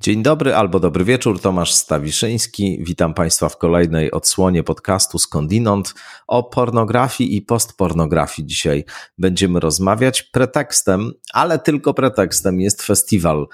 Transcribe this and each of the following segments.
Dzień dobry albo dobry wieczór, Tomasz Stawiszyński. Witam Państwa w kolejnej odsłonie podcastu Skądinąd. O pornografii i postpornografii dzisiaj będziemy rozmawiać. Pretekstem, ale tylko pretekstem jest festiwal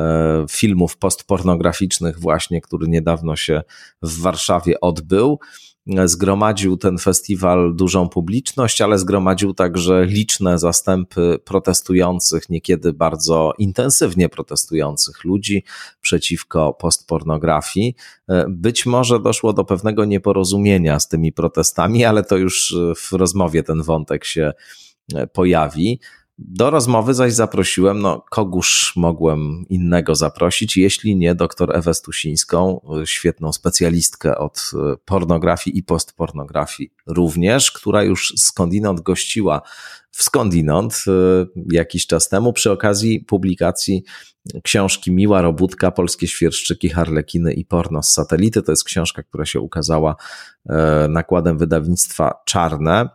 filmów postpornograficznych właśnie, który niedawno się w Warszawie odbył. Zgromadził ten festiwal dużą publiczność, ale zgromadził także liczne zastępy protestujących, niekiedy bardzo intensywnie protestujących ludzi przeciwko postpornografii. Być może doszło do pewnego nieporozumienia z tymi protestami, ale to już w rozmowie ten wątek się pojawi. Do rozmowy zaś zaprosiłem, kogóż mogłem innego zaprosić, jeśli nie dr Ewę Stusińską, świetną specjalistkę od pornografii i postpornografii również, która już skądinąd gościła w Skądinąd jakiś czas temu przy okazji publikacji książki Miła Robótka, Polskie świerszczyki, harlekiny i porno z satelity. To jest książka, która się ukazała nakładem wydawnictwa Czarne.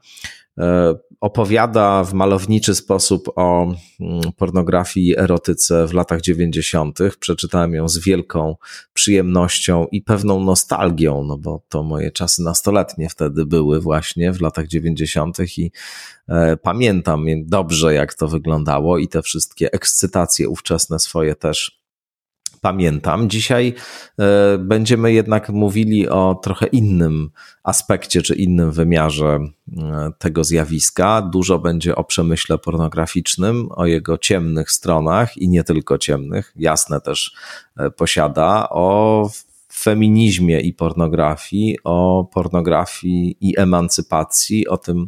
Opowiada w malowniczy sposób o pornografii i erotyce w latach 90. Przeczytałem ją z wielką przyjemnością i pewną nostalgią, bo to moje czasy nastoletnie wtedy były właśnie w latach 90. i pamiętam dobrze, jak to wyglądało i te wszystkie ekscytacje ówczesne swoje też pamiętam. Dzisiaj będziemy jednak mówili o trochę innym aspekcie czy innym wymiarze tego zjawiska. Dużo będzie o przemyśle pornograficznym, o jego ciemnych stronach i nie tylko ciemnych, jasne też posiada, o feminizmie i pornografii, o pornografii i emancypacji, o tym,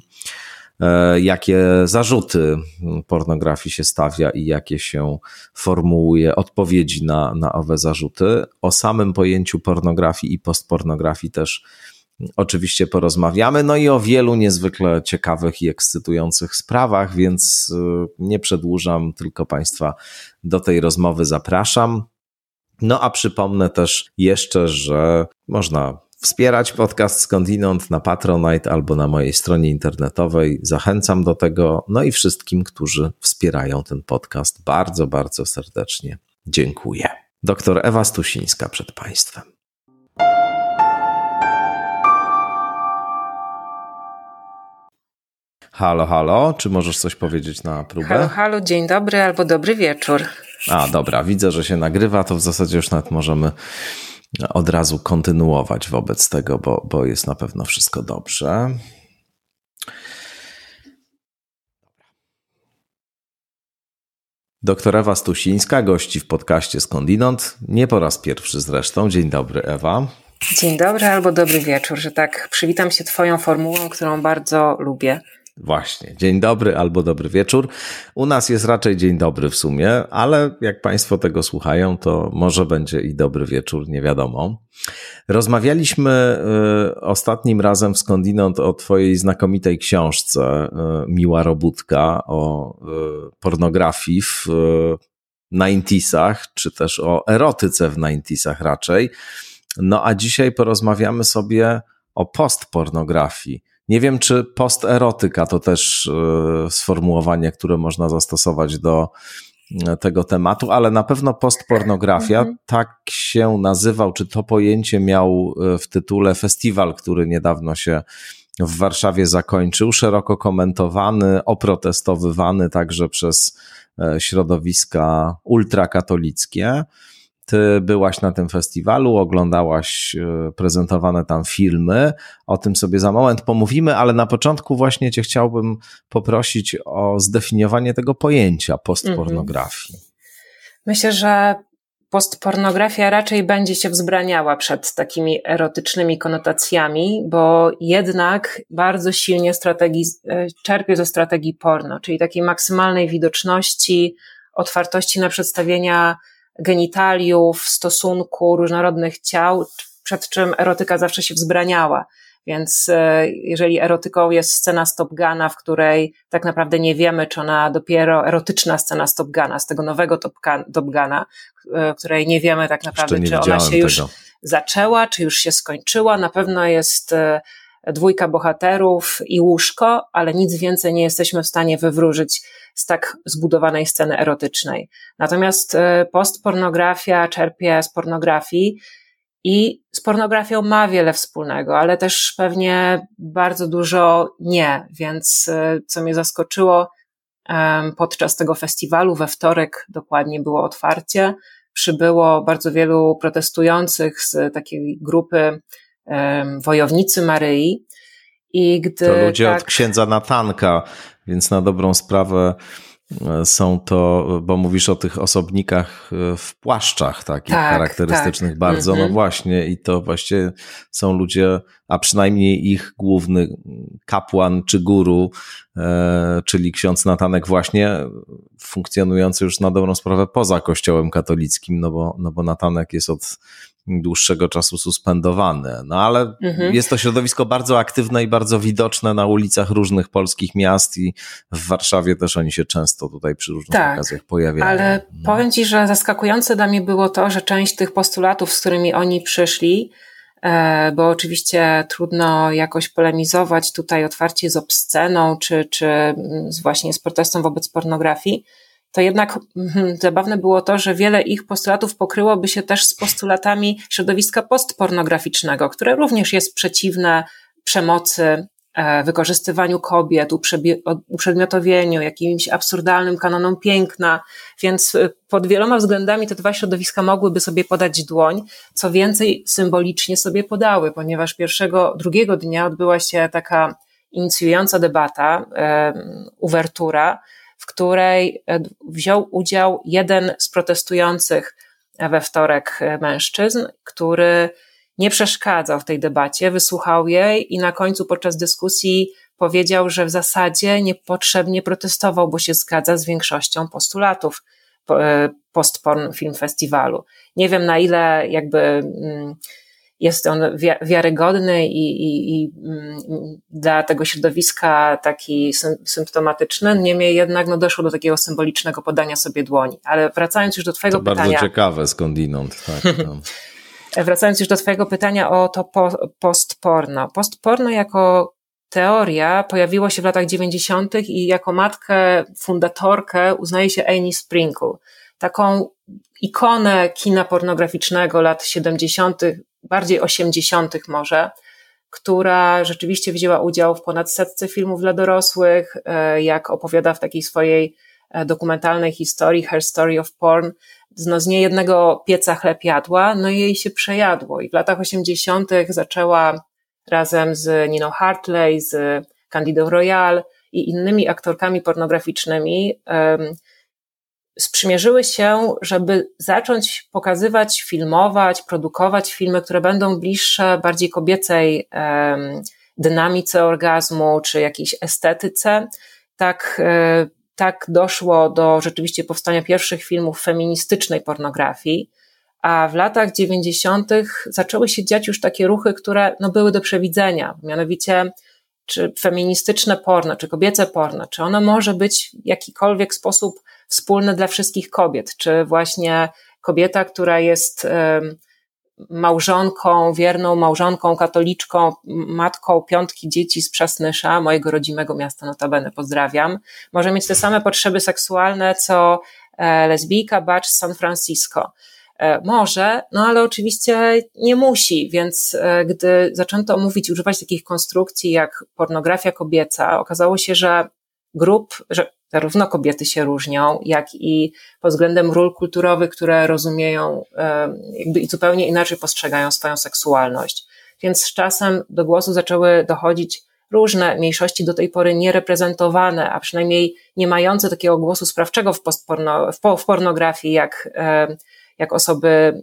jakie zarzuty pornografii się stawia i jakie się formułuje odpowiedzi na owe zarzuty. O samym pojęciu pornografii i postpornografii też oczywiście porozmawiamy, i o wielu niezwykle ciekawych i ekscytujących sprawach, więc nie przedłużam, tylko Państwa do tej rozmowy zapraszam. A przypomnę też jeszcze, że można wspierać podcast Skądinąd na Patronite albo na mojej stronie internetowej. Zachęcam do tego. I wszystkim, którzy wspierają ten podcast, bardzo, bardzo serdecznie dziękuję. Doktor Ewa Stusińska przed Państwem. Halo, halo, czy możesz coś powiedzieć na próbę? Halo, halo, dzień dobry albo dobry wieczór. Dobra, widzę, że się nagrywa, to w zasadzie już nawet możemy od razu kontynuować wobec tego, bo jest na pewno wszystko dobrze. Doktor Ewa Stusińska gości w podcaście Skądinąd, nie po raz pierwszy zresztą. Dzień dobry, Ewa. Dzień dobry albo dobry wieczór, że tak przywitam się Twoją formułą, którą bardzo lubię. Właśnie, dzień dobry albo dobry wieczór. U nas jest raczej dzień dobry w sumie, ale jak Państwo tego słuchają, to może będzie i dobry wieczór, nie wiadomo. Rozmawialiśmy ostatnim razem w Skądinąd o Twojej znakomitej książce Miła Robótka, o pornografii w 90'sach, czy też o erotyce w 90'sach raczej. A dzisiaj porozmawiamy sobie o postpornografii. Nie wiem, czy posterotyka to też sformułowanie, które można zastosować do tego tematu, ale na pewno postpornografia, tak się nazywał, czy to pojęcie miał w tytule festiwal, który niedawno się w Warszawie zakończył, szeroko komentowany, oprotestowywany także przez środowiska ultrakatolickie. Ty byłaś na tym festiwalu, oglądałaś prezentowane tam filmy, o tym sobie za moment pomówimy, ale na początku właśnie Cię chciałbym poprosić o zdefiniowanie tego pojęcia postpornografii. Myślę, że postpornografia raczej będzie się wzbraniała przed takimi erotycznymi konotacjami, bo jednak bardzo silnie czerpie ze strategii porno, czyli takiej maksymalnej widoczności, otwartości na przedstawienia genitaliów, stosunku, różnorodnych ciał, przed czym erotyka zawsze się wzbraniała. Więc jeżeli erotyką jest scena Top Guna, w której tak naprawdę nie wiemy, czy ona dopiero erotyczna scena z Top Guna, z tego nowego Top Guna, w której nie wiemy tak naprawdę, czy ona się już zaczęła, czy już się skończyła. Na pewno jest dwójka bohaterów i łóżko, ale nic więcej nie jesteśmy w stanie wywróżyć z tak zbudowanej sceny erotycznej. Natomiast postpornografia czerpie z pornografii i z pornografią ma wiele wspólnego, ale też pewnie bardzo dużo nie, więc co mnie zaskoczyło, podczas tego festiwalu we wtorek dokładnie było otwarcie, przybyło bardzo wielu protestujących z takiej grupy Wojownicy Maryi. I gdy to ludzie od księdza Natanka, więc na dobrą sprawę są to, bo mówisz o tych osobnikach w płaszczach takich charakterystycznych bardzo, no właśnie, i to właściwie są ludzie, a przynajmniej ich główny kapłan czy guru, czyli ksiądz Natanek właśnie, funkcjonujący już na dobrą sprawę poza Kościołem katolickim, no bo Natanek jest od dłuższego czasu suspendowany. No ale jest to środowisko bardzo aktywne i bardzo widoczne na ulicach różnych polskich miast i w Warszawie też oni się często tutaj przy różnych okazjach pojawiają. Ale powiem Ci, że zaskakujące dla mnie było to, że część tych postulatów, z którymi oni przyszli, bo oczywiście trudno jakoś polemizować tutaj otwarcie z obsceną, czy właśnie z protestem wobec pornografii, to jednak zabawne było to, że wiele ich postulatów pokryłoby się też z postulatami środowiska postpornograficznego, które również jest przeciwne przemocy, wykorzystywaniu kobiet, uprzedmiotowieniu, jakimś absurdalnym kanonom piękna, więc pod wieloma względami te dwa środowiska mogłyby sobie podać dłoń, co więcej symbolicznie sobie podały, ponieważ drugiego dnia odbyła się taka inicjująca debata, uwertura, w której wziął udział jeden z protestujących we wtorek mężczyzn, który nie przeszkadzał w tej debacie, wysłuchał jej i na końcu podczas dyskusji powiedział, że w zasadzie niepotrzebnie protestował, bo się zgadza z większością postulatów Postporn Film Festiwalu. Nie wiem, na ile jest on wiarygodny i dla tego środowiska taki symptomatyczny, niemniej jednak doszło do takiego symbolicznego podania sobie dłoni. Ale wracając już do Twojego pytania... Bardzo ciekawe skądinąd. Tak, Wracając już do Twojego pytania o to postporno. Postporno jako teoria pojawiło się w latach 90. i jako matkę, fundatorkę uznaje się Annie Sprinkle. Taką ikonę kina pornograficznego lat 70., bardziej 80. może, która rzeczywiście wzięła udział w ponad 100 filmów dla dorosłych, jak opowiada w takiej swojej dokumentalnej historii Her Story of Porn, z niejednego pieca chleb jadła, no i jej się przejadło. I w latach 80. zaczęła razem z Niną Hartley, z Candidą Royale i innymi aktorkami pornograficznymi sprzymierzyły się, żeby zacząć pokazywać, filmować, produkować filmy, które będą bliższe bardziej kobiecej dynamice orgazmu czy jakiejś estetyce. Tak doszło do rzeczywiście powstania pierwszych filmów feministycznej pornografii, a w latach 90. zaczęły się dziać już takie ruchy, które były do przewidzenia, mianowicie czy feministyczne porno, czy kobiece porno, czy ono może być w jakikolwiek sposób wspólne dla wszystkich kobiet, czy właśnie kobieta, która jest małżonką, wierną małżonką, katoliczką, matką 5 dzieci z Przasnysza, mojego rodzimego miasta, notabene pozdrawiam, może mieć te same potrzeby seksualne, co lesbijka bacz z San Francisco. Może, ale oczywiście nie musi, więc gdy zaczęto mówić, używać takich konstrukcji jak pornografia kobieca, okazało się, że zarówno kobiety się różnią, jak i pod względem ról kulturowych, które rozumieją i zupełnie inaczej postrzegają swoją seksualność. Więc z czasem do głosu zaczęły dochodzić różne mniejszości do tej pory niereprezentowane, a przynajmniej nie mające takiego głosu sprawczego w pornografii, jak osoby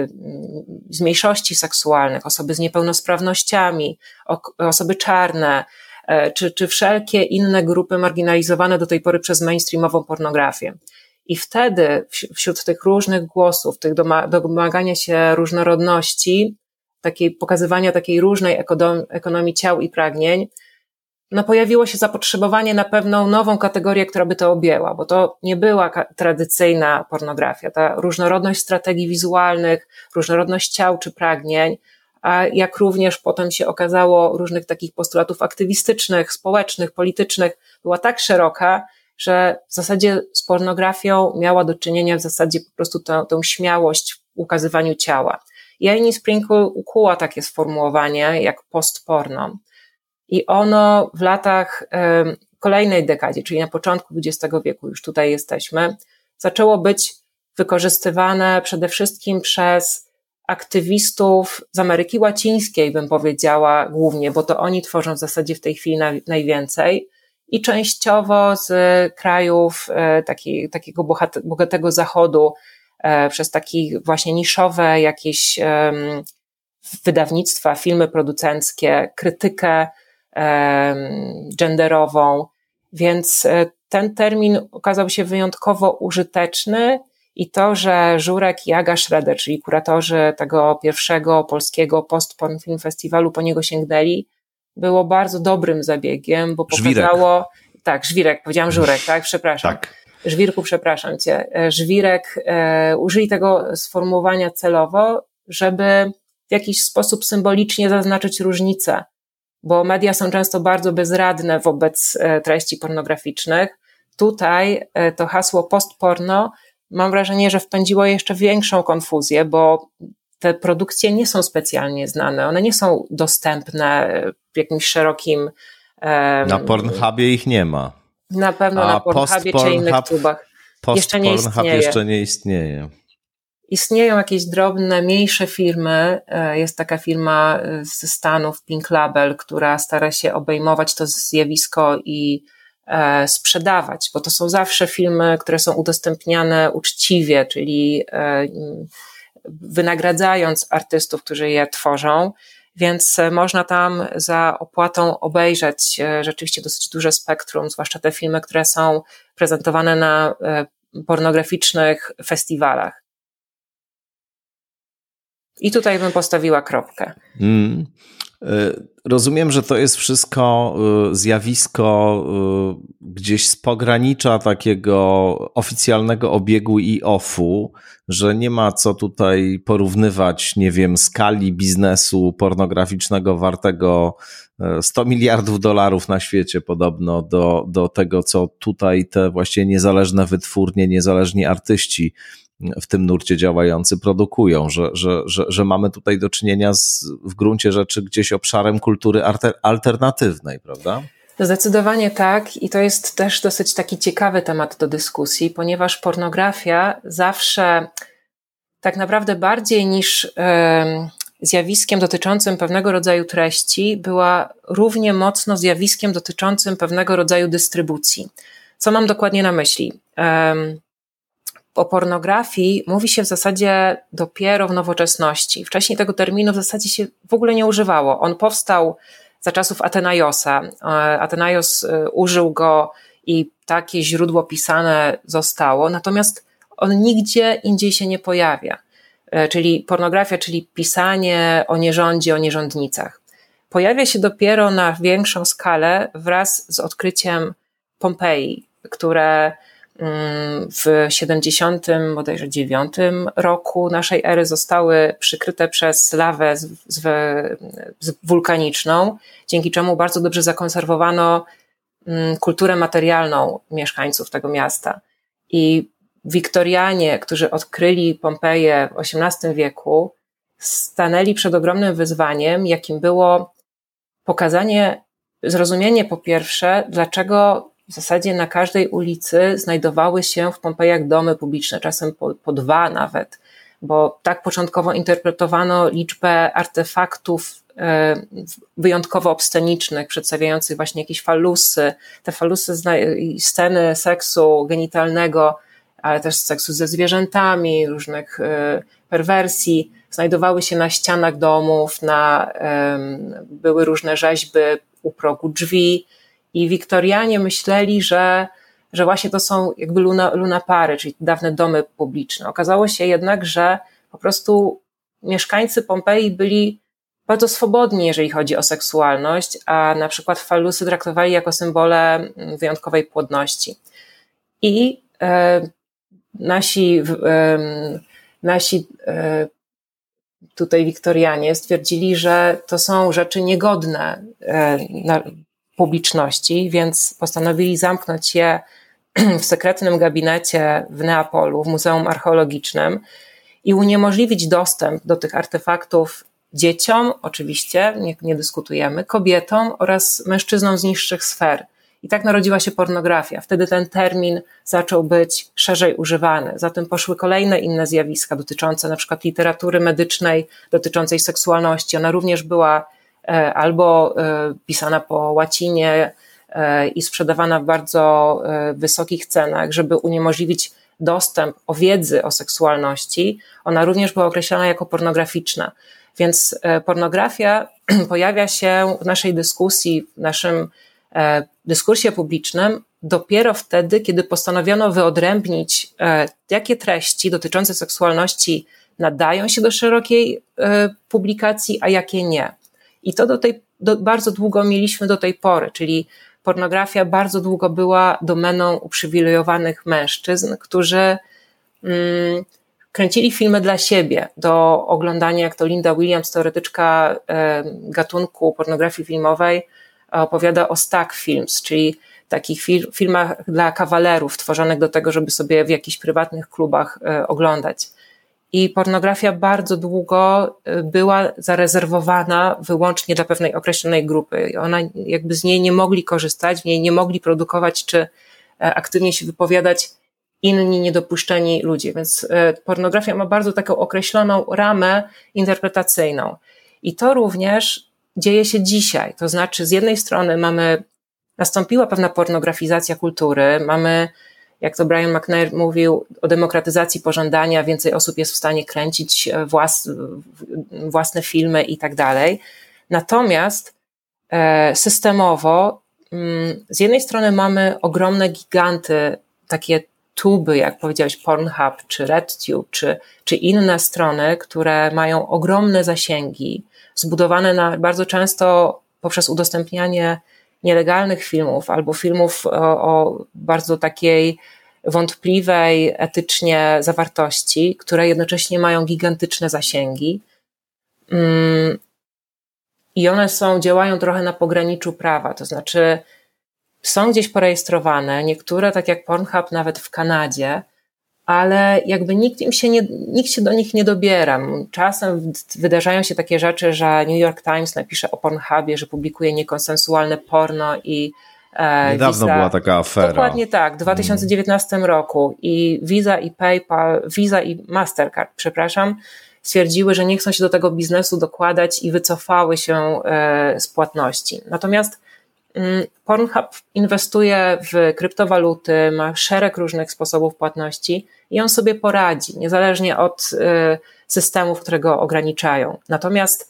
z mniejszości seksualnych, osoby z niepełnosprawnościami, osoby czarne, czy wszelkie inne grupy marginalizowane do tej pory przez mainstreamową pornografię. I wtedy wśród tych różnych głosów, tych domagania się różnorodności, pokazywania takiej różnej ekonomii ciał i pragnień, pojawiło się zapotrzebowanie na pewną nową kategorię, która by to objęła, bo to nie była tradycyjna pornografia. Ta różnorodność strategii wizualnych, różnorodność ciał czy pragnień a jak również potem się okazało różnych takich postulatów aktywistycznych, społecznych, politycznych, była tak szeroka, że w zasadzie z pornografią miała do czynienia w zasadzie po prostu tą śmiałość w ukazywaniu ciała. I Annie Sprinkle ukuła takie sformułowanie jak postporno. I ono w latach kolejnej dekadzie, czyli na początku XX wieku, już tutaj jesteśmy, zaczęło być wykorzystywane przede wszystkim przez aktywistów z Ameryki Łacińskiej, bym powiedziała głównie, bo to oni tworzą w zasadzie w tej chwili najwięcej i częściowo z krajów takiego bogatego zachodu, przez takie właśnie niszowe jakieś wydawnictwa, filmy producenckie, krytykę genderową, więc ten termin okazał się wyjątkowo użyteczny i to, że Żurek i Aga Schroeder, czyli kuratorzy tego pierwszego polskiego post-porn film festiwalu, po niego sięgnęli, było bardzo dobrym zabiegiem, bo pokazało... Żwirek. Tak, Żwirek, powiedziałam Żurek, tak? Przepraszam. Tak. Żwirku, przepraszam cię. Żwirek użyli tego sformułowania celowo, żeby w jakiś sposób symbolicznie zaznaczyć różnicę, bo media są często bardzo bezradne wobec treści pornograficznych. Tutaj to hasło postporno, mam wrażenie, że wpędziło jeszcze większą konfuzję, bo te produkcje nie są specjalnie znane, one nie są dostępne w jakimś szerokim... Na Pornhubie ich nie ma. Na pewno na Pornhubie czy innych tubach. Pornhub jeszcze nie istnieje. Istnieją jakieś drobne, mniejsze firmy. Jest taka firma ze Stanów, Pink Label, która stara się obejmować to zjawisko i sprzedawać, bo to są zawsze filmy, które są udostępniane uczciwie, czyli wynagradzając artystów, którzy je tworzą, więc można tam za opłatą obejrzeć rzeczywiście dosyć duże spektrum, zwłaszcza te filmy, które są prezentowane na pornograficznych festiwalach. I tutaj bym postawiła kropkę. Rozumiem, że to jest wszystko zjawisko gdzieś z pogranicza takiego oficjalnego obiegu i offu, że nie ma co tutaj porównywać, nie wiem, skali biznesu pornograficznego wartego $100 miliardów na świecie podobno do tego, co tutaj te właśnie niezależne wytwórnie, niezależni artyści w tym nurcie działający produkują, że mamy tutaj do czynienia w gruncie rzeczy gdzieś obszarem kultury alternatywnej, prawda? Zdecydowanie tak i to jest też dosyć taki ciekawy temat do dyskusji, ponieważ pornografia zawsze tak naprawdę bardziej niż zjawiskiem dotyczącym pewnego rodzaju treści była równie mocno zjawiskiem dotyczącym pewnego rodzaju dystrybucji. Co mam dokładnie na myśli? O pornografii mówi się w zasadzie dopiero w nowoczesności. Wcześniej tego terminu w zasadzie się w ogóle nie używało. On powstał za czasów Atenajosa. Atenajos użył go i takie źródło pisane zostało, natomiast on nigdzie indziej się nie pojawia. Czyli pornografia, czyli pisanie o nierządzie, o nierządnicach. Pojawia się dopiero na większą skalę wraz z odkryciem Pompeji, które w 79 roku naszej ery zostały przykryte przez lawę wulkaniczną, dzięki czemu bardzo dobrze zakonserwowano kulturę materialną mieszkańców tego miasta. I Wiktorianie, którzy odkryli Pompeję w XVIII wieku, stanęli przed ogromnym wyzwaniem, jakim było zrozumienie po pierwsze, dlaczego w zasadzie na każdej ulicy znajdowały się w Pompejach domy publiczne, czasem po 2 nawet, bo tak początkowo interpretowano liczbę artefaktów wyjątkowo obscenicznych, przedstawiających właśnie jakieś falusy. Te falusy, sceny seksu genitalnego, ale też seksu ze zwierzętami, różnych perwersji, znajdowały się na ścianach domów, były różne rzeźby u progu drzwi i Wiktorianie myśleli, że właśnie to są jakby lunapary, czyli dawne domy publiczne. Okazało się jednak, że po prostu mieszkańcy Pompeji byli bardzo swobodni, jeżeli chodzi o seksualność, a na przykład falusy traktowali jako symbole wyjątkowej płodności. I nasi tutaj wiktorianie stwierdzili, że to są rzeczy niegodne publiczności, więc postanowili zamknąć je w sekretnym gabinecie w Neapolu, w Muzeum Archeologicznym i uniemożliwić dostęp do tych artefaktów dzieciom, oczywiście, nie dyskutujemy, kobietom oraz mężczyznom z niższych sfer. I tak narodziła się pornografia. Wtedy ten termin zaczął być szerzej używany. Zatem poszły kolejne inne zjawiska dotyczące na przykład literatury medycznej, dotyczącej seksualności. Ona również była albo pisana po łacinie i sprzedawana w bardzo wysokich cenach, żeby uniemożliwić dostęp o wiedzy o seksualności. Ona również była określana jako pornograficzna. Więc pornografia pojawia się w naszej dyskusji, w naszym dyskursie publicznym dopiero wtedy, kiedy postanowiono wyodrębnić, jakie treści dotyczące seksualności nadają się do szerokiej publikacji, a jakie nie. I to bardzo długo mieliśmy do tej pory, czyli pornografia bardzo długo była domeną uprzywilejowanych mężczyzn, którzy kręcili filmy dla siebie, do oglądania, jak to Linda Williams, teoretyczka gatunku pornografii filmowej, opowiada o stack films, czyli takich filmach dla kawalerów, tworzonych do tego, żeby sobie w jakichś prywatnych klubach oglądać. I pornografia bardzo długo była zarezerwowana wyłącznie dla pewnej określonej grupy. Ona jakby z niej nie mogli korzystać, w niej nie mogli produkować czy aktywnie się wypowiadać inni niedopuszczeni ludzie. Więc pornografia ma bardzo taką określoną ramę interpretacyjną. I to również dzieje się dzisiaj. To znaczy z jednej strony nastąpiła pewna pornografizacja kultury, mamy, jak to Brian McNair mówił, o demokratyzacji pożądania, więcej osób jest w stanie kręcić własne filmy i tak dalej. Natomiast systemowo z jednej strony mamy ogromne giganty, takie tuby, jak powiedziałeś, Pornhub, czy RedTube, czy inne strony, które mają ogromne zasięgi, zbudowane bardzo często poprzez udostępnianie nielegalnych filmów albo filmów o bardzo takiej wątpliwej etycznie zawartości, które jednocześnie mają gigantyczne zasięgi. I one działają trochę na pograniczu prawa, to znaczy są gdzieś porejestrowane, niektóre, tak jak Pornhub, nawet w Kanadzie, ale jakby nikt się do nich nie dobiera. Czasem wydarzają się takie rzeczy, że New York Times napisze o Pornhubie, że publikuje niekonsensualne porno i niedawno była taka afera. Dokładnie tak, w 2019 roku i Visa i Mastercard, stwierdziły, że nie chcą się do tego biznesu dokładać i wycofały się z płatności. Natomiast Pornhub inwestuje w kryptowaluty, ma szereg różnych sposobów płatności i on sobie poradzi, niezależnie od systemów, które go ograniczają. Natomiast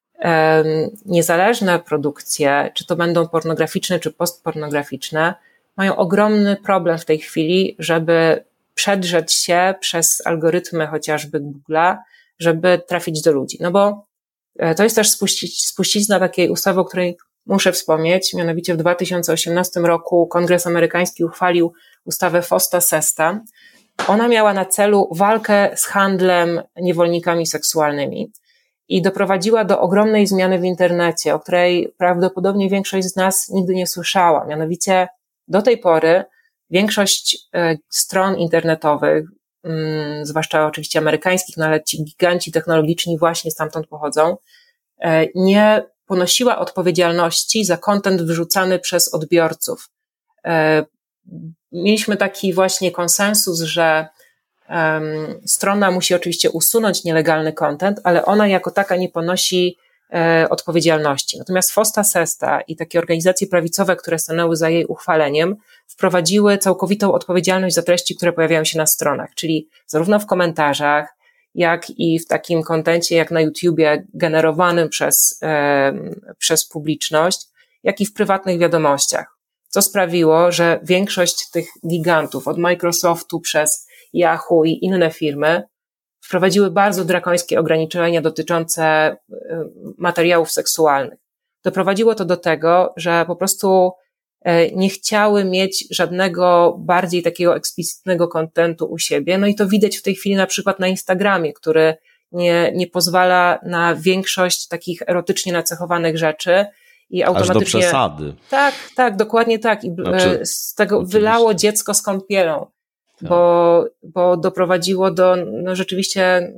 niezależne produkcje, czy to będą pornograficzne, czy postpornograficzne, mają ogromny problem w tej chwili, żeby przedrzeć się przez algorytmy chociażby Google'a, żeby trafić do ludzi. No bo to jest też spuścizna takiej ustawy, o której muszę wspomnieć, mianowicie w 2018 roku Kongres amerykański uchwalił ustawę FOSTA-SESTA. Ona miała na celu walkę z handlem niewolnikami seksualnymi i doprowadziła do ogromnej zmiany w internecie, o której prawdopodobnie większość z nas nigdy nie słyszała. Mianowicie do tej pory większość stron internetowych, zwłaszcza oczywiście amerykańskich, no ale ci giganci technologiczni właśnie stamtąd pochodzą, nie ponosiła odpowiedzialności za content wyrzucany przez odbiorców. Mieliśmy taki właśnie konsensus, że strona musi oczywiście usunąć nielegalny content, ale ona jako taka nie ponosi odpowiedzialności. Natomiast FOSTA-SESTA i takie organizacje prawicowe, które stanęły za jej uchwaleniem, wprowadziły całkowitą odpowiedzialność za treści, które pojawiają się na stronach, czyli zarówno w komentarzach, jak i w takim kontencie jak na YouTubie generowanym przez publiczność, jak i w prywatnych wiadomościach. Co sprawiło, że większość tych gigantów, od Microsoftu przez Yahoo i inne firmy, wprowadziły bardzo drakońskie ograniczenia dotyczące materiałów seksualnych. Doprowadziło to do tego, że po prostu nie chciały mieć żadnego bardziej takiego eksplicitnego kontentu u siebie. No i to widać w tej chwili na przykład na Instagramie, który nie pozwala na większość takich erotycznie nacechowanych rzeczy i automatycznie... Aż do przesady. Tak, dokładnie tak. I z tego oczywiście wylało dziecko z kąpielą, tak. bo doprowadziło do rzeczywiście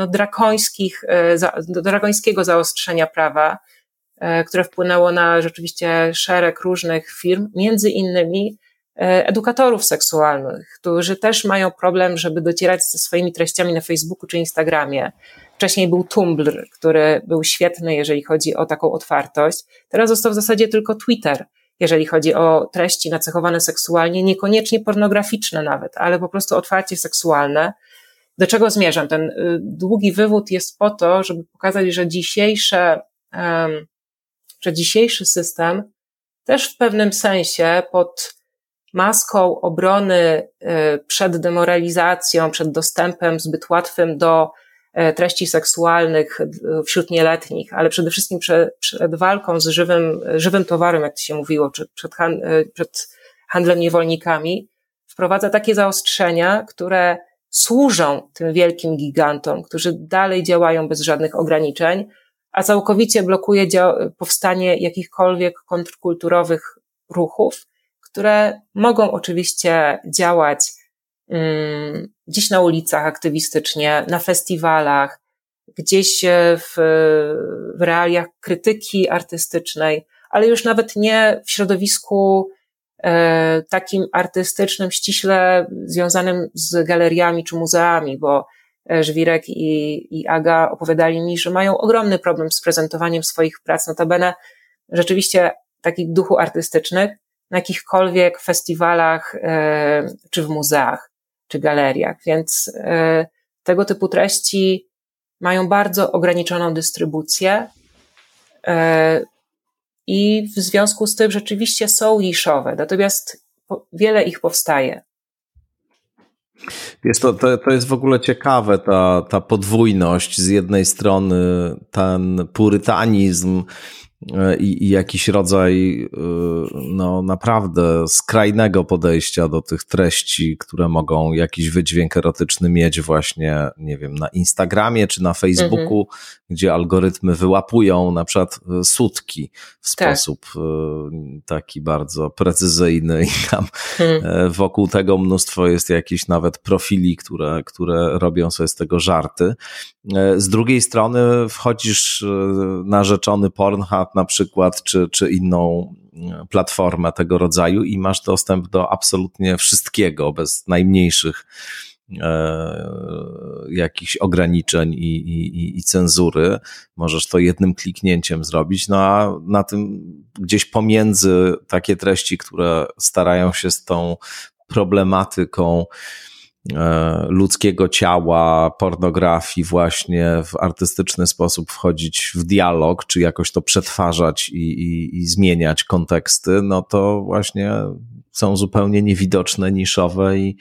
drakońskiego zaostrzenia prawa, które wpłynęło na rzeczywiście szereg różnych firm, między innymi edukatorów seksualnych, którzy też mają problem, żeby docierać ze swoimi treściami na Facebooku czy Instagramie. Wcześniej był Tumblr, który był świetny, jeżeli chodzi o taką otwartość. Teraz został w zasadzie tylko Twitter, jeżeli chodzi o treści nacechowane seksualnie, niekoniecznie pornograficzne nawet, ale po prostu otwarcie seksualne. Do czego zmierzam? Ten długi wywód jest po to, żeby pokazać, że dzisiejszy system też w pewnym sensie pod maską obrony przed demoralizacją, przed dostępem zbyt łatwym do treści seksualnych wśród nieletnich, ale przede wszystkim przed walką z żywym towarem, jak to się mówiło, czy przed handlem niewolnikami, wprowadza takie zaostrzenia, które służą tym wielkim gigantom, którzy dalej działają bez żadnych ograniczeń, a całkowicie blokuje powstanie jakichkolwiek kontrkulturowych ruchów, które mogą oczywiście działać gdzieś na ulicach aktywistycznie, na festiwalach, gdzieś w realiach krytyki artystycznej, ale już nawet nie w środowisku takim artystycznym, ściśle związanym z galeriami czy muzeami, bo Żwirek i Aga opowiadali mi, że mają ogromny problem z prezentowaniem swoich prac, notabene rzeczywiście takich duchu artystycznych, na jakichkolwiek festiwalach, czy w muzeach, czy galeriach. Więc tego typu treści mają bardzo ograniczoną dystrybucję i w związku z tym rzeczywiście są niszowe, natomiast wiele ich powstaje. Wiesz, to jest w ogóle ciekawe, ta podwójność. Z jednej strony ten purytanizm i jakiś rodzaj naprawdę skrajnego podejścia do tych treści, które mogą jakiś wydźwięk erotyczny mieć właśnie, nie wiem, na Instagramie czy na Facebooku, gdzie algorytmy wyłapują na przykład sutki w sposób taki bardzo precyzyjny i tam wokół tego mnóstwo jest jakichś nawet profili, które robią sobie z tego żarty. Z drugiej strony wchodzisz na rzeczony Pornhub na przykład, czy inną platformę tego rodzaju i masz dostęp do absolutnie wszystkiego, bez najmniejszych jakichś ograniczeń i cenzury. Możesz to jednym kliknięciem zrobić, no a na tym gdzieś pomiędzy takie treści, które starają się z tą problematyką ludzkiego ciała, pornografii właśnie w artystyczny sposób wchodzić w dialog, czy jakoś to przetwarzać i zmieniać konteksty, no to właśnie są zupełnie niewidoczne, niszowe i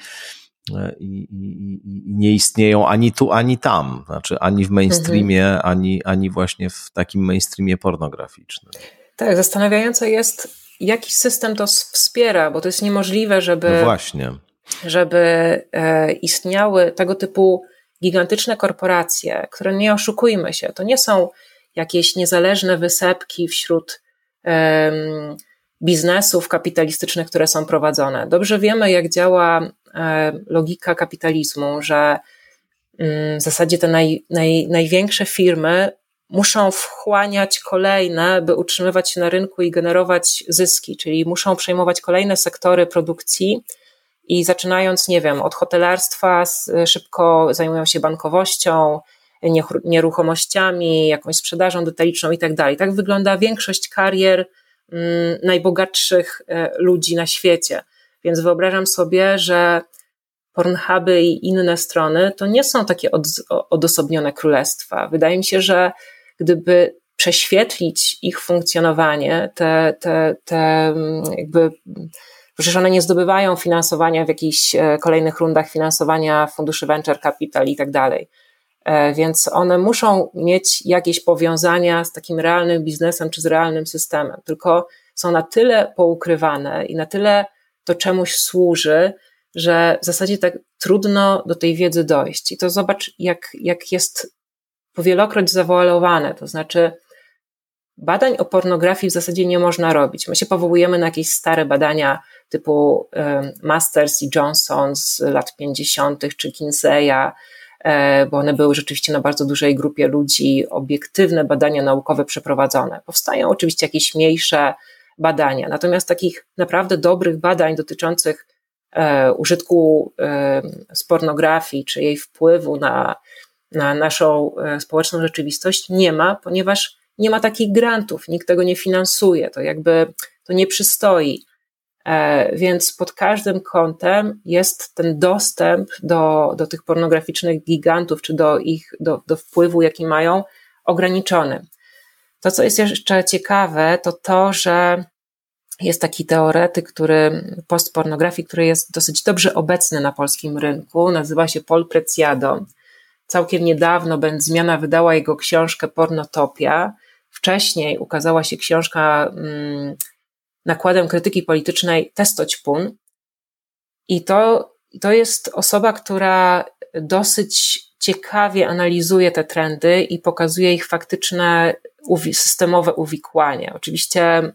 nie istnieją ani tu, ani tam. Znaczy ani w mainstreamie, ani właśnie w takim mainstreamie pornograficznym. Tak, zastanawiające jest, jaki system to wspiera, bo to jest niemożliwe, żeby... No właśnie. Żeby istniały tego typu gigantyczne korporacje, które, nie oszukujmy się, to nie są jakieś niezależne wysepki wśród biznesów kapitalistycznych, które są prowadzone. Dobrze wiemy, jak działa logika kapitalizmu, że w zasadzie te największe firmy muszą wchłaniać kolejne, by utrzymywać się na rynku i generować zyski, czyli muszą przejmować kolejne sektory produkcji i zaczynając, nie wiem, od hotelarstwa, szybko zajmują się bankowością, nieruchomościami, jakąś sprzedażą detaliczną i tak dalej. Tak wygląda większość karier najbogatszych ludzi na świecie. Więc wyobrażam sobie, że Pornhuby i inne strony to nie są takie odosobnione królestwa. Wydaje mi się, że gdyby prześwietlić ich funkcjonowanie, te jakby, przecież one nie zdobywają finansowania w jakichś kolejnych rundach finansowania funduszy venture capital i tak dalej. Więc one muszą mieć jakieś powiązania z takim realnym biznesem czy z realnym systemem, tylko są na tyle poukrywane i na tyle to czemuś służy, że w zasadzie tak trudno do tej wiedzy dojść. I to zobacz, jak jest powielokroć zawoalowane, to znaczy badań o pornografii w zasadzie nie można robić. My się powołujemy na jakieś stare badania typu Masters i Johnson z lat 50. czy Kinseya, bo one były rzeczywiście na bardzo dużej grupie ludzi, obiektywne badania naukowe przeprowadzone. Powstają oczywiście jakieś mniejsze badania, natomiast takich naprawdę dobrych badań dotyczących użytku z pornografii, czy jej wpływu na naszą społeczną rzeczywistość nie ma, ponieważ nie ma takich grantów, nikt tego nie finansuje, to nie przystoi. Więc pod każdym kątem jest ten dostęp do tych pornograficznych gigantów, czy do wpływu, jaki mają, ograniczony. To, co jest jeszcze ciekawe, to, że jest taki teoretyk, postpornografii, który jest dosyć dobrze obecny na polskim rynku, nazywa się Paul Preciado. Całkiem niedawno Zmiana wydała jego książkę Pornotopia. Wcześniej ukazała się książka nakładem krytyki politycznej Testoćpun. I to jest osoba, która dosyć ciekawie analizuje te trendy i pokazuje ich faktyczne systemowe uwikłanie. Oczywiście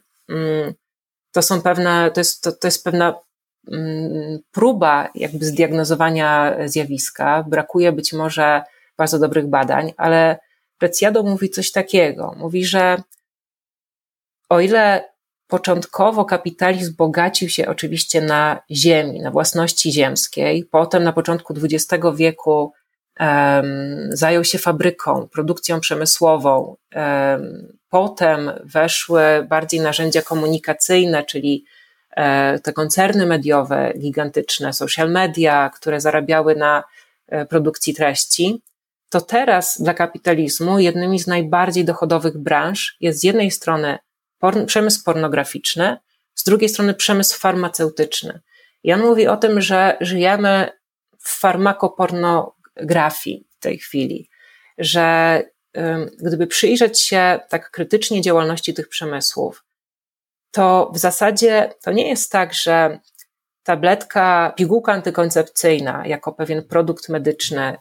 to jest pewna próba jakby zdiagnozowania zjawiska. Brakuje być może bardzo dobrych badań, ale Preciado mówi coś takiego. Mówi, że o ile początkowo kapitalizm bogacił się oczywiście na ziemi, na własności ziemskiej, potem na początku XX wieku zajął się fabryką, produkcją przemysłową, potem weszły bardziej narzędzia komunikacyjne, czyli te koncerny mediowe gigantyczne, social media, które zarabiały na produkcji treści, to teraz dla kapitalizmu jednymi z najbardziej dochodowych branż jest z jednej strony przemysł pornograficzny, z drugiej strony przemysł farmaceutyczny. I on mówi o tym, że żyjemy w farmakopornografii w tej chwili, że gdyby przyjrzeć się tak krytycznie działalności tych przemysłów, to w zasadzie to nie jest tak, że pigułka antykoncepcyjna jako pewien produkt medyczny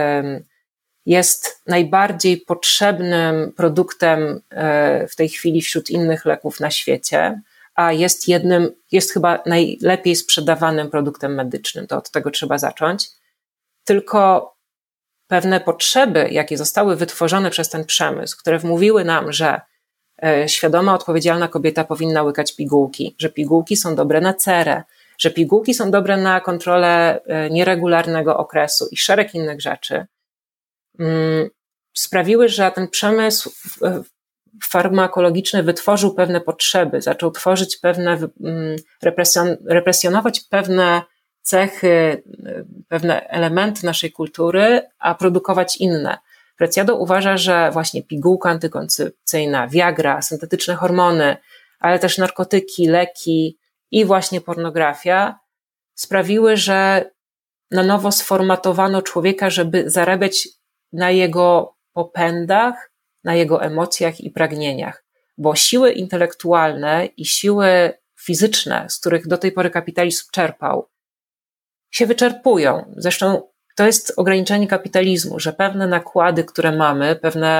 jest najbardziej potrzebnym produktem w tej chwili wśród innych leków na świecie, a jest chyba najlepiej sprzedawanym produktem medycznym. To od tego trzeba zacząć. Tylko pewne potrzeby, jakie zostały wytworzone przez ten przemysł, które wmówiły nam, że świadoma, odpowiedzialna kobieta powinna łykać pigułki, że pigułki są dobre na cerę, że pigułki są dobre na kontrolę nieregularnego okresu i szereg innych rzeczy, sprawiły, że ten przemysł farmakologiczny wytworzył pewne potrzeby, zaczął tworzyć represjonować pewne cechy, pewne elementy naszej kultury, a produkować inne. Preciado uważa, że właśnie pigułka antykoncepcyjna, Viagra, syntetyczne hormony, ale też narkotyki, leki i właśnie pornografia sprawiły, że na nowo sformatowano człowieka, żeby zarabiać na jego popędach, na jego emocjach i pragnieniach, bo siły intelektualne i siły fizyczne, z których do tej pory kapitalizm czerpał, się wyczerpują. Zresztą to jest ograniczenie kapitalizmu, że pewne nakłady, które mamy,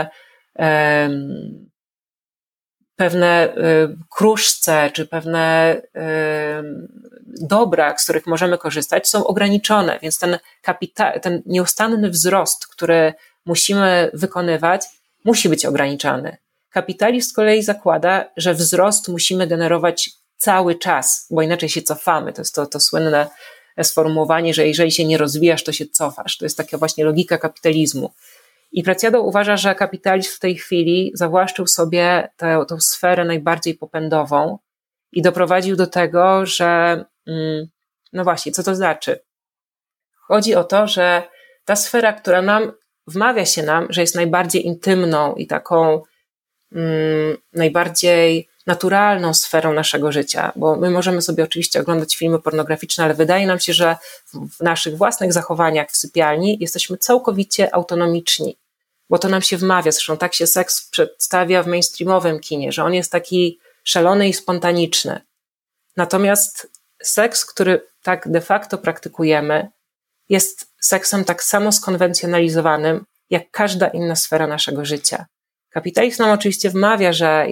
pewne kruszce, czy pewne dobra, z których możemy korzystać, są ograniczone, więc ten nieustanny wzrost, który musimy wykonywać, musi być ograniczany. Kapitalizm z kolei zakłada, że wzrost musimy generować cały czas, bo inaczej się cofamy. To jest to słynne sformułowanie, że jeżeli się nie rozwijasz, to się cofasz. To jest taka właśnie logika kapitalizmu. I Preciado uważa, że kapitalizm w tej chwili zawłaszczył sobie tę sferę najbardziej popędową i doprowadził do tego, że no właśnie, co to znaczy? Chodzi o to, że ta sfera, która wmawia się nam, że jest najbardziej intymną i taką najbardziej naturalną sferą naszego życia, bo my możemy sobie oczywiście oglądać filmy pornograficzne, ale wydaje nam się, że w naszych własnych zachowaniach w sypialni jesteśmy całkowicie autonomiczni, bo to nam się wmawia. Zresztą tak się seks przedstawia w mainstreamowym kinie, że on jest taki szalony i spontaniczny. Natomiast seks, który tak de facto praktykujemy, jest seksem tak samo skonwencjonalizowanym jak każda inna sfera naszego życia. Kapitalizm nam oczywiście wmawia,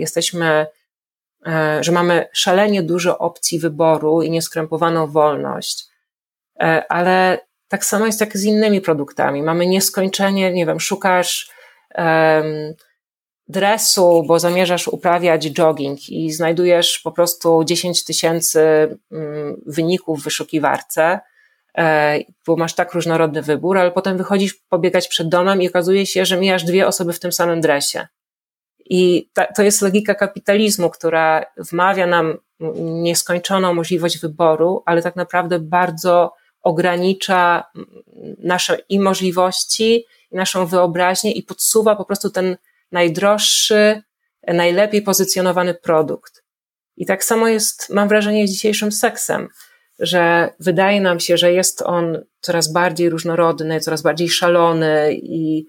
że mamy szalenie dużo opcji wyboru i nieskrępowaną wolność, ale tak samo jest jak z innymi produktami. Mamy nieskończenie, nie wiem, szukasz dresu, bo zamierzasz uprawiać jogging i znajdujesz po prostu 10 000 wyników w wyszukiwarce, bo masz tak różnorodny wybór, ale potem wychodzisz pobiegać przed domem i okazuje się, że mijasz 2 osoby w tym samym dresie. I to jest logika kapitalizmu, która wmawia nam nieskończoną możliwość wyboru, ale tak naprawdę bardzo ogranicza nasze i możliwości, i naszą wyobraźnię i podsuwa po prostu ten najdroższy, najlepiej pozycjonowany produkt. I tak samo jest, mam wrażenie, z dzisiejszym seksem, że wydaje nam się, że jest on coraz bardziej różnorodny, coraz bardziej szalony i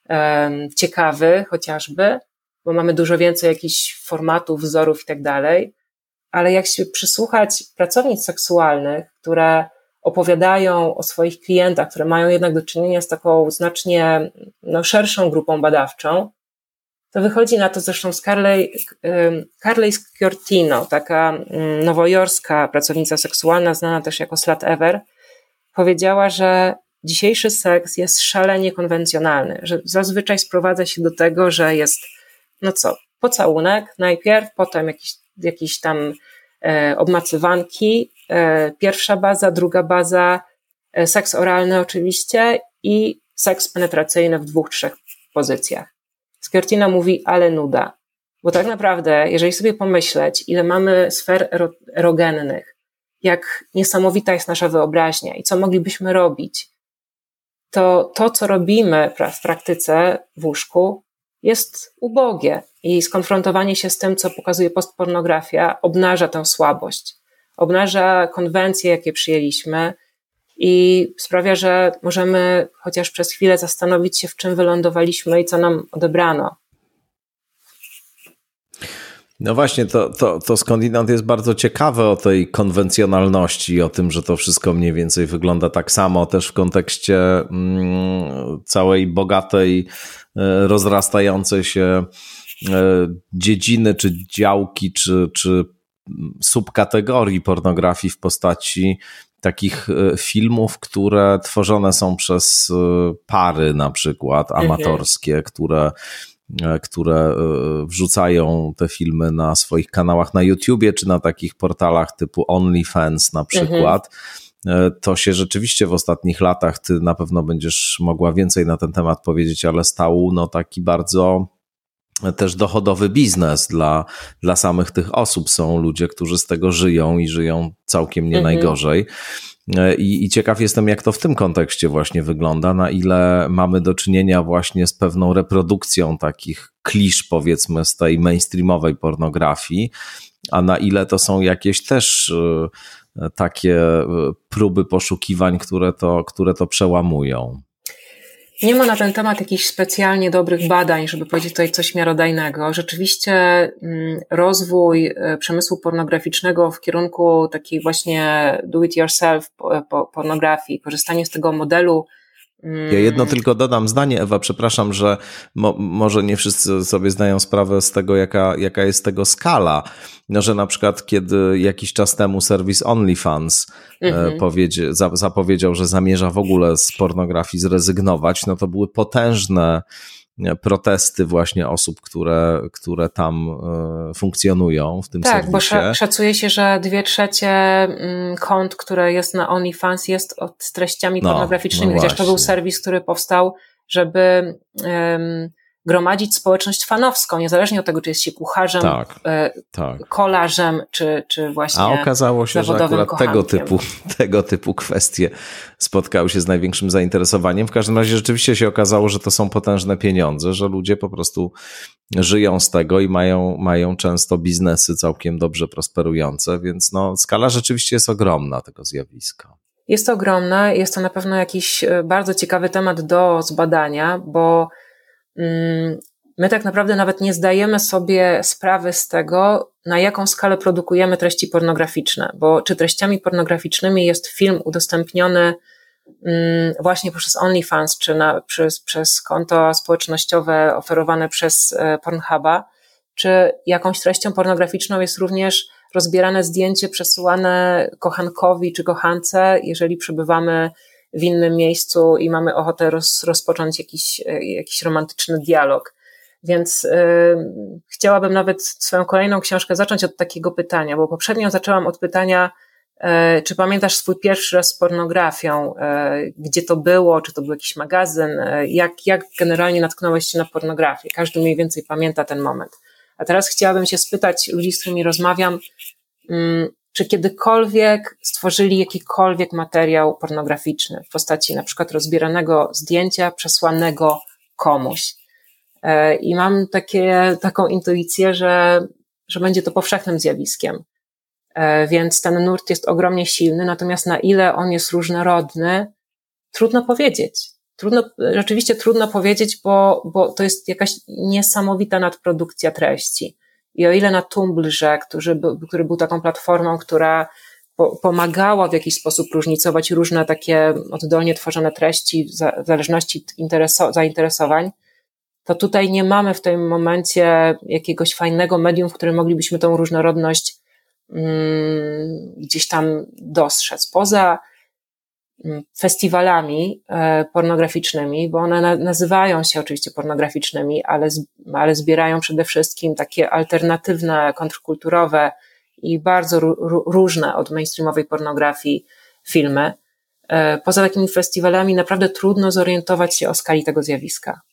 ciekawy chociażby, bo mamy dużo więcej jakichś formatów, wzorów i tak dalej, ale jak się przysłuchać pracownic seksualnych, które opowiadają o swoich klientach, które mają jednak do czynienia z taką znacznie szerszą grupą badawczą, to wychodzi na to zresztą z Carley Sciortino, taka nowojorska pracownica seksualna, znana też jako Slut Ever, powiedziała, że dzisiejszy seks jest szalenie konwencjonalny, że zazwyczaj sprowadza się do tego, że jest pocałunek najpierw, potem jakieś tam obmacywanki, pierwsza baza, druga baza, seks oralny oczywiście i seks penetracyjny w 2-3 pozycjach. Sciortino mówi, ale nuda, bo tak naprawdę, jeżeli sobie pomyśleć, ile mamy sfer erogennych, jak niesamowita jest nasza wyobraźnia i co moglibyśmy robić, to co robimy w praktyce w łóżku, jest ubogie i skonfrontowanie się z tym, co pokazuje postpornografia, obnaża tę słabość, obnaża konwencje, jakie przyjęliśmy i sprawia, że możemy chociaż przez chwilę zastanowić się, w czym wylądowaliśmy i co nam odebrano. No właśnie, to skądinąd jest bardzo ciekawe o tej konwencjonalności, o tym, że to wszystko mniej więcej wygląda tak samo, też w kontekście całej bogatej, rozrastającej się dziedziny, czy działki, czy subkategorii pornografii w postaci takich filmów, które tworzone są przez pary na przykład amatorskie, które wrzucają te filmy na swoich kanałach na YouTubie, czy na takich portalach typu OnlyFans na przykład. To się rzeczywiście w ostatnich latach, ty na pewno będziesz mogła więcej na ten temat powiedzieć, ale stał taki bardzo też dochodowy biznes dla samych tych osób. Są ludzie, którzy z tego żyją i żyją całkiem nie najgorzej. I ciekaw jestem, jak to w tym kontekście właśnie wygląda, na ile mamy do czynienia właśnie z pewną reprodukcją takich klisz, powiedzmy, z tej mainstreamowej pornografii, a na ile to są jakieś też takie próby poszukiwań, które to przełamują. Nie ma na ten temat jakichś specjalnie dobrych badań, żeby powiedzieć tutaj coś miarodajnego. Rzeczywiście rozwój przemysłu pornograficznego w kierunku takiej właśnie do-it-yourself pornografii, korzystanie z tego modelu. Ja jedno tylko dodam zdanie, Ewa, przepraszam, że może nie wszyscy sobie zdają sprawę z tego, jaka jest tego skala. No, że na przykład kiedy jakiś czas temu serwis OnlyFans zapowiedział, że zamierza w ogóle z pornografii zrezygnować, no to były potężne protesty właśnie osób, które tam funkcjonują w tym serwisie. Tak, bo szacuje się, że 2/3 kont, które jest na OnlyFans, jest z treściami pornograficznymi, chociaż to był serwis, który powstał, żeby gromadzić społeczność fanowską, niezależnie od tego, czy jest się kucharzem, kolarzem, czy właśnie zawodowym. A okazało się, że akurat kochankiem. tego typu kwestie spotkały się z największym zainteresowaniem. W każdym razie rzeczywiście się okazało, że to są potężne pieniądze, że ludzie po prostu żyją z tego i mają często biznesy całkiem dobrze prosperujące, więc skala rzeczywiście jest ogromna tego zjawiska. Jest to ogromna, jest to na pewno jakiś bardzo ciekawy temat do zbadania, bo my tak naprawdę nawet nie zdajemy sobie sprawy z tego, na jaką skalę produkujemy treści pornograficzne, bo czy treściami pornograficznymi jest film udostępniony właśnie poprzez OnlyFans, czy przez konto społecznościowe oferowane przez Pornhuba, czy jakąś treścią pornograficzną jest również rozbierane zdjęcie przesyłane kochankowi czy kochance, jeżeli przebywamy w innym miejscu i mamy ochotę rozpocząć jakiś romantyczny dialog. Więc chciałabym nawet swoją kolejną książkę zacząć od takiego pytania, bo poprzednio zaczęłam od pytania, czy pamiętasz swój pierwszy raz z pornografią, gdzie to było, czy to był jakiś magazyn, jak generalnie natknąłeś się na pornografię? Każdy mniej więcej pamięta ten moment. A teraz chciałabym się spytać ludzi, z którymi rozmawiam, czy kiedykolwiek stworzyli jakikolwiek materiał pornograficzny w postaci na przykład rozbieranego zdjęcia przesłanego komuś. I mam taką intuicję, że będzie to powszechnym zjawiskiem. Więc ten nurt jest ogromnie silny, natomiast na ile on jest różnorodny, trudno powiedzieć. Rzeczywiście trudno powiedzieć, bo to jest jakaś niesamowita nadprodukcja treści. I o ile na Tumblrze, który był taką platformą, która pomagała w jakiś sposób różnicować różne takie oddolnie tworzone treści w zależności zainteresowań, to tutaj nie mamy w tym momencie jakiegoś fajnego medium, w którym moglibyśmy tą różnorodność gdzieś tam dostrzec. Poza festiwalami pornograficznymi, bo one nazywają się oczywiście pornograficznymi, ale zbierają przede wszystkim takie alternatywne, kontrkulturowe i bardzo różne od mainstreamowej pornografii filmy. Poza takimi festiwalami naprawdę trudno zorientować się o skali tego zjawiska.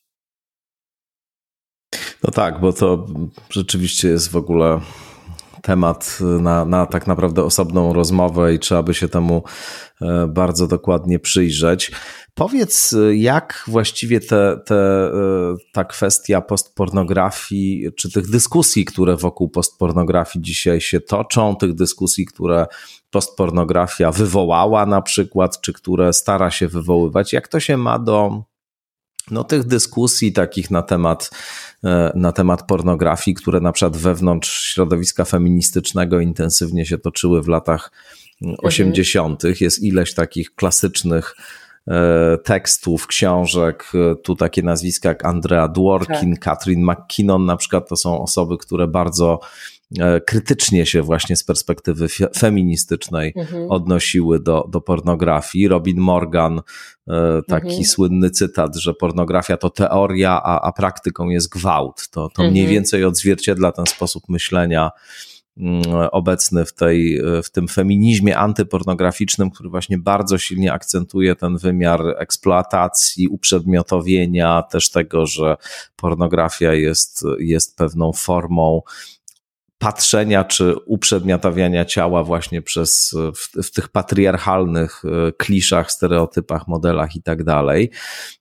No tak, bo to rzeczywiście jest w ogóle temat na tak naprawdę osobną rozmowę i trzeba by się temu bardzo dokładnie przyjrzeć. Powiedz, jak właściwie ta kwestia postpornografii, czy tych dyskusji, które wokół postpornografii dzisiaj się toczą, tych dyskusji, które postpornografia wywołała na przykład, czy które stara się wywoływać, jak to się ma do tych dyskusji takich na temat pornografii, które na przykład wewnątrz środowiska feministycznego intensywnie się toczyły w latach 80. Jest ileś takich klasycznych tekstów, książek, tu takie nazwiska jak Andrea Dworkin, Catherine McKinnon na przykład, to są osoby, które bardzo krytycznie się właśnie z perspektywy feministycznej odnosiły do pornografii. Robin Morgan, taki słynny cytat, że pornografia to teoria, a praktyką jest gwałt. To mniej więcej odzwierciedla ten sposób myślenia obecny w tym feminizmie antypornograficznym, który właśnie bardzo silnie akcentuje ten wymiar eksploatacji, uprzedmiotowienia, też tego, że pornografia jest pewną formą patrzenia czy uprzedmiotawiania ciała właśnie w tych patriarchalnych kliszach, stereotypach, modelach i tak dalej.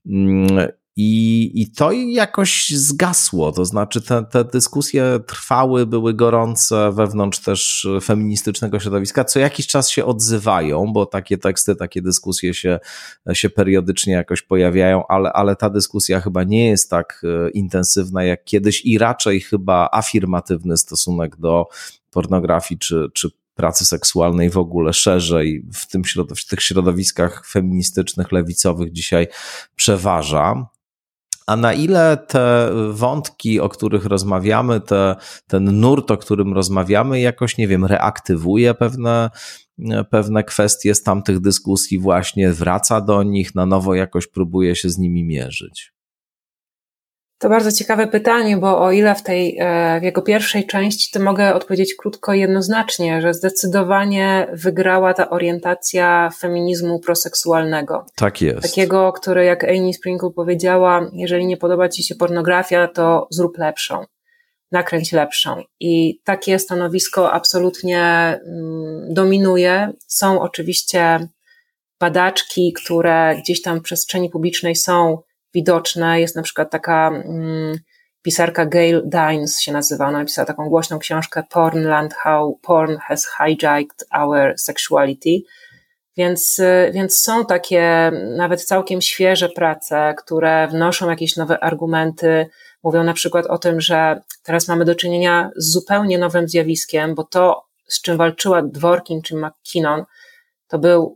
I to jakoś zgasło, to znaczy te dyskusje trwały, były gorące wewnątrz też feministycznego środowiska, co jakiś czas się odzywają, bo takie teksty, takie dyskusje się periodycznie jakoś pojawiają, ale ta dyskusja chyba nie jest tak intensywna jak kiedyś i raczej chyba afirmatywny stosunek do pornografii czy pracy seksualnej w ogóle szerzej w tych środowiskach feministycznych, lewicowych dzisiaj przeważa. A na ile te wątki, o których rozmawiamy, ten nurt, o którym rozmawiamy, jakoś, nie wiem, reaktywuje pewne kwestie z tamtych dyskusji właśnie, wraca do nich, na nowo jakoś próbuje się z nimi mierzyć? To bardzo ciekawe pytanie, bo o ile w jego pierwszej części to mogę odpowiedzieć krótko i jednoznacznie, że zdecydowanie wygrała ta orientacja feminizmu proseksualnego. Tak jest. Takiego, który, jak Amy Sprinkle powiedziała, jeżeli nie podoba ci się pornografia, to zrób lepszą, nakręć lepszą. I takie stanowisko absolutnie dominuje. Są oczywiście badaczki, które gdzieś tam w przestrzeni publicznej są widoczne. Jest na przykład taka pisarka Gail Dines się nazywa, ona napisała taką głośną książkę Pornland, How Porn Has Hijacked Our Sexuality, więc są takie nawet całkiem świeże prace, które wnoszą jakieś nowe argumenty, mówią na przykład o tym, że teraz mamy do czynienia z zupełnie nowym zjawiskiem, bo to, z czym walczyła Dworkin czy McKinnon, to był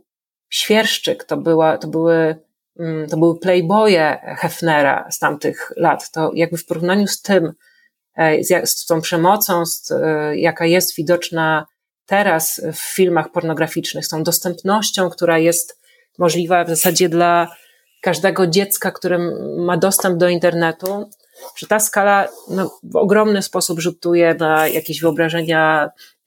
Świerszczyk, to były playboye Hefnera z tamtych lat. To jakby w porównaniu z tym, z tą przemocą, jaka jest widoczna teraz w filmach pornograficznych, z tą dostępnością, która jest możliwa w zasadzie dla każdego dziecka, które ma dostęp do internetu, że ta skala w ogromny sposób rzutuje na jakieś wyobrażenia,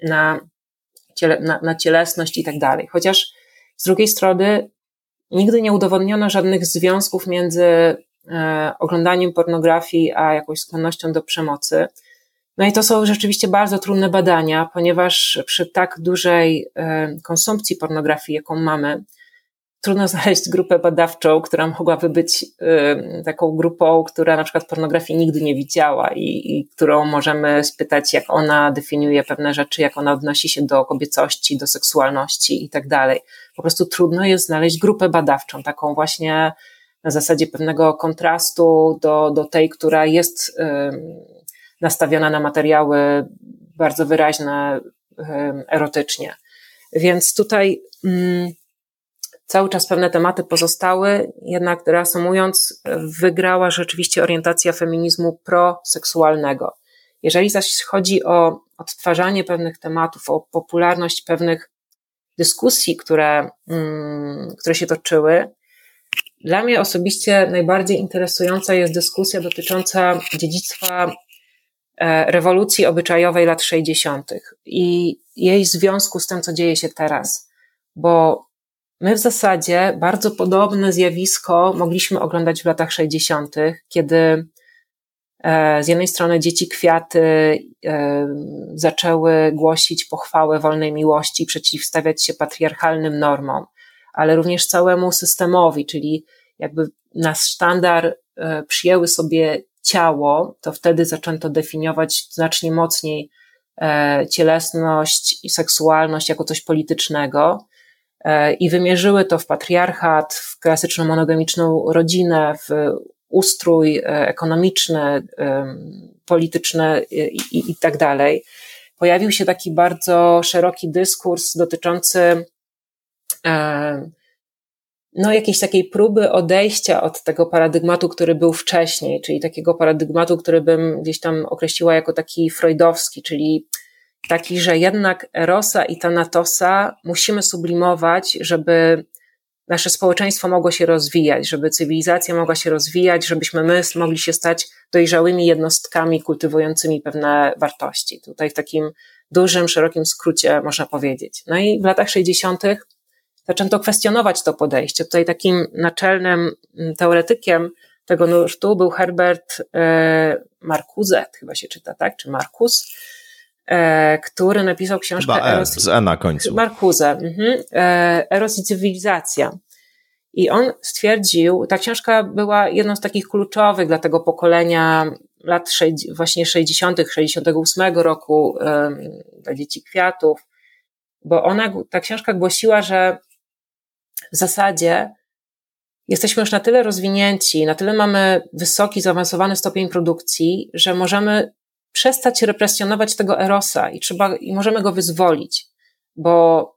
na cielesność i tak dalej. Chociaż z drugiej strony nigdy nie udowodniono żadnych związków między oglądaniem pornografii a jakąś skłonnością do przemocy. No i to są rzeczywiście bardzo trudne badania, ponieważ przy tak dużej konsumpcji pornografii, jaką mamy, trudno znaleźć grupę badawczą, która mogłaby być taką grupą, która na przykład pornografii nigdy nie widziała i którą możemy spytać, jak ona definiuje pewne rzeczy, jak ona odnosi się do kobiecości, do seksualności i tak dalej. Po prostu trudno jest znaleźć grupę badawczą, taką właśnie na zasadzie pewnego kontrastu do tej, która jest nastawiona na materiały bardzo wyraźne erotycznie. Więc tutaj cały czas pewne tematy pozostały, jednak reasumując, wygrała rzeczywiście orientacja feminizmu proseksualnego. Jeżeli zaś chodzi o odtwarzanie pewnych tematów, o popularność pewnych dyskusji, które się toczyły, dla mnie osobiście najbardziej interesująca jest dyskusja dotycząca dziedzictwa rewolucji obyczajowej lat 60. i jej związku z tym, co dzieje się teraz. Bo my w zasadzie bardzo podobne zjawisko mogliśmy oglądać w latach 60., kiedy z jednej strony dzieci kwiaty zaczęły głosić pochwałę wolnej miłości, przeciwstawiać się patriarchalnym normom, ale również całemu systemowi, czyli jakby na sztandar przyjęły sobie ciało, to wtedy zaczęto definiować znacznie mocniej cielesność i seksualność jako coś politycznego i wymierzyły to w patriarchat, w klasyczną monogamiczną rodzinę, w ustrój ekonomiczny, polityczny i tak dalej. Pojawił się taki bardzo szeroki dyskurs dotyczący jakiejś takiej próby odejścia od tego paradygmatu, który był wcześniej, czyli takiego paradygmatu, który bym gdzieś tam określiła jako taki freudowski, czyli taki, że jednak Erosa i Thanatosa musimy sublimować, żeby nasze społeczeństwo mogło się rozwijać, żeby cywilizacja mogła się rozwijać, żebyśmy my mogli się stać dojrzałymi jednostkami kultywującymi pewne wartości. Tutaj w takim dużym, szerokim skrócie można powiedzieć. No i w latach 60. zaczęto kwestionować to podejście. Tutaj takim naczelnym teoretykiem tego nurtu był Herbert Marcuse, chyba się czyta, tak? Czy Marcus, który napisał książkę Eros, z E na końcu. Marcuse, Eros i cywilizacja. I on stwierdził, ta książka była jedną z takich kluczowych dla tego pokolenia lat właśnie 60., 68 roku, dla dzieci kwiatów, bo ta książka głosiła, że w zasadzie jesteśmy już na tyle rozwinięci, na tyle mamy wysoki, zaawansowany stopień produkcji, że możemy przestać represjonować tego Erosa i możemy go wyzwolić, bo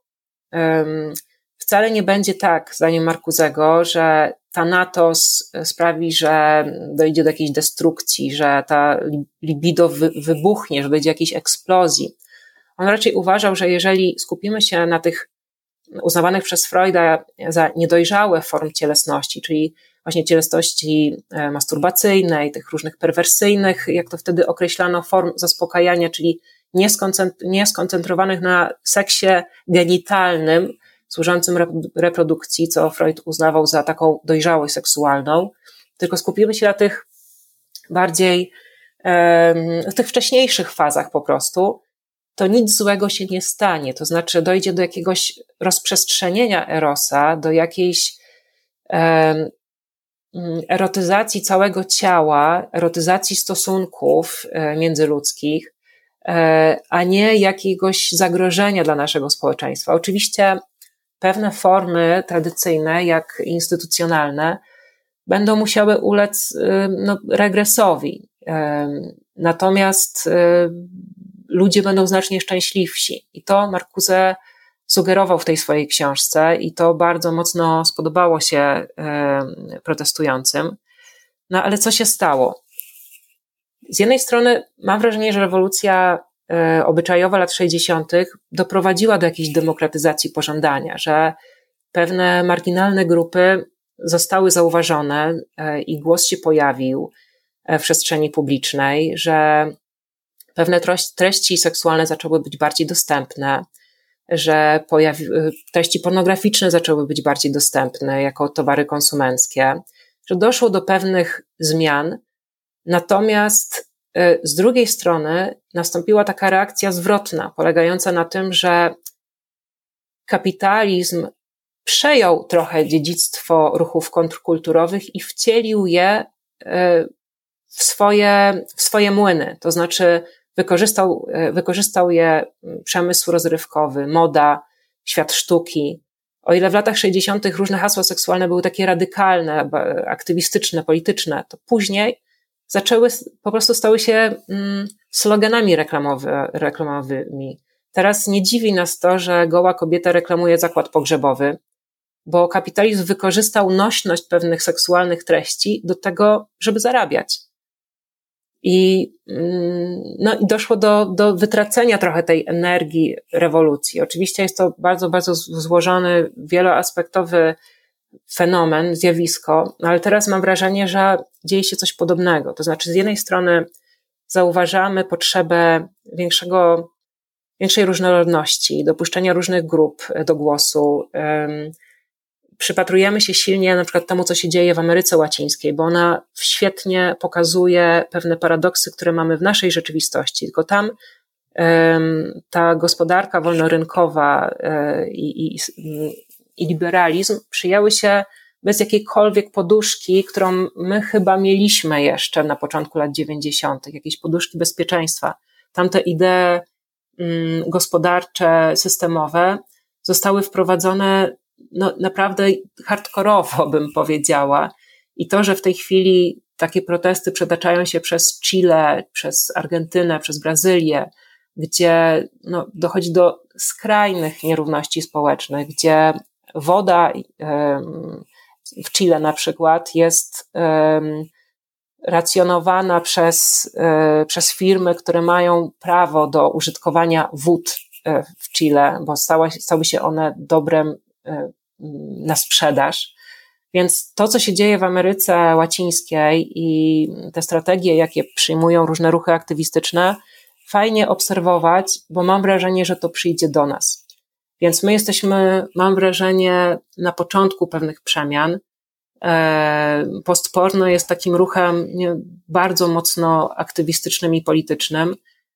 wcale nie będzie tak, zdaniem Marcusego, że Thanatos sprawi, że dojdzie do jakiejś destrukcji, że ta libido wybuchnie, że dojdzie do jakiejś eksplozji. On raczej uważał, że jeżeli skupimy się na tych uznawanych przez Freuda za niedojrzałe form cielesności, czyli właśnie cielesności masturbacyjnej, tych różnych perwersyjnych, jak to wtedy określano, form zaspokajania, czyli nieskoncentrowanych na seksie genitalnym, służącym reprodukcji, co Freud uznawał za taką dojrzałość seksualną, tylko skupimy się na tych bardziej, w tych wcześniejszych fazach po prostu, to nic złego się nie stanie. To znaczy dojdzie do jakiegoś rozprzestrzenienia Erosa, do jakiejś erotyzacji całego ciała, erotyzacji stosunków międzyludzkich, a nie jakiegoś zagrożenia dla naszego społeczeństwa. Oczywiście pewne formy tradycyjne, jak instytucjonalne, będą musiały ulec regresowi. Natomiast ludzie będą znacznie szczęśliwsi. I to Marcuse sugerował w tej swojej książce i to bardzo mocno spodobało się protestującym. No ale co się stało? Z jednej strony mam wrażenie, że rewolucja obyczajowa lat 60. doprowadziła do jakiejś demokratyzacji pożądania, że pewne marginalne grupy zostały zauważone i głos się pojawił w przestrzeni publicznej, że pewne treści seksualne zaczęły być bardziej dostępne, że treści pornograficzne zaczęły być bardziej dostępne jako towary konsumenckie, że doszło do pewnych zmian, natomiast z drugiej strony nastąpiła taka reakcja zwrotna, polegająca na tym, że kapitalizm przejął trochę dziedzictwo ruchów kontrkulturowych i wcielił je w swoje młyny, to znaczy wykorzystał je przemysł rozrywkowy, moda, świat sztuki. O ile w latach 60. różne hasła seksualne były takie radykalne, aktywistyczne, polityczne, to później po prostu stały się sloganami reklamowymi. Teraz nie dziwi nas to, że goła kobieta reklamuje zakład pogrzebowy, bo kapitalizm wykorzystał nośność pewnych seksualnych treści do tego, żeby zarabiać. I doszło do wytracenia trochę tej energii rewolucji. Oczywiście jest to bardzo, bardzo złożony, wieloaspektowy fenomen, zjawisko, ale teraz mam wrażenie, że dzieje się coś podobnego. To znaczy z jednej strony zauważamy potrzebę większej różnorodności, dopuszczenia różnych grup do głosu. Przypatrujemy się silnie na przykład temu, co się dzieje w Ameryce Łacińskiej, bo ona świetnie pokazuje pewne paradoksy, które mamy w naszej rzeczywistości. Tylko tam ta gospodarka wolnorynkowa i liberalizm przyjęły się bez jakiejkolwiek poduszki, którą my chyba mieliśmy jeszcze na początku lat 90., jakiejś poduszki bezpieczeństwa. Tamte idee gospodarcze, systemowe zostały wprowadzone naprawdę hardkorowo, bym powiedziała. I to, że w tej chwili takie protesty przetaczają się przez Chile, przez Argentynę, przez Brazylię, gdzie dochodzi do skrajnych nierówności społecznych, gdzie woda w Chile na przykład jest racjonowana przez firmy, które mają prawo do użytkowania wód w Chile, bo stały się one dobrem na sprzedaż. Więc to, co się dzieje w Ameryce Łacińskiej i te strategie, jakie przyjmują różne ruchy aktywistyczne, fajnie obserwować, bo mam wrażenie, że to przyjdzie do nas. Więc my jesteśmy, mam wrażenie, na początku pewnych przemian. Postporno jest takim ruchem bardzo mocno aktywistycznym i politycznym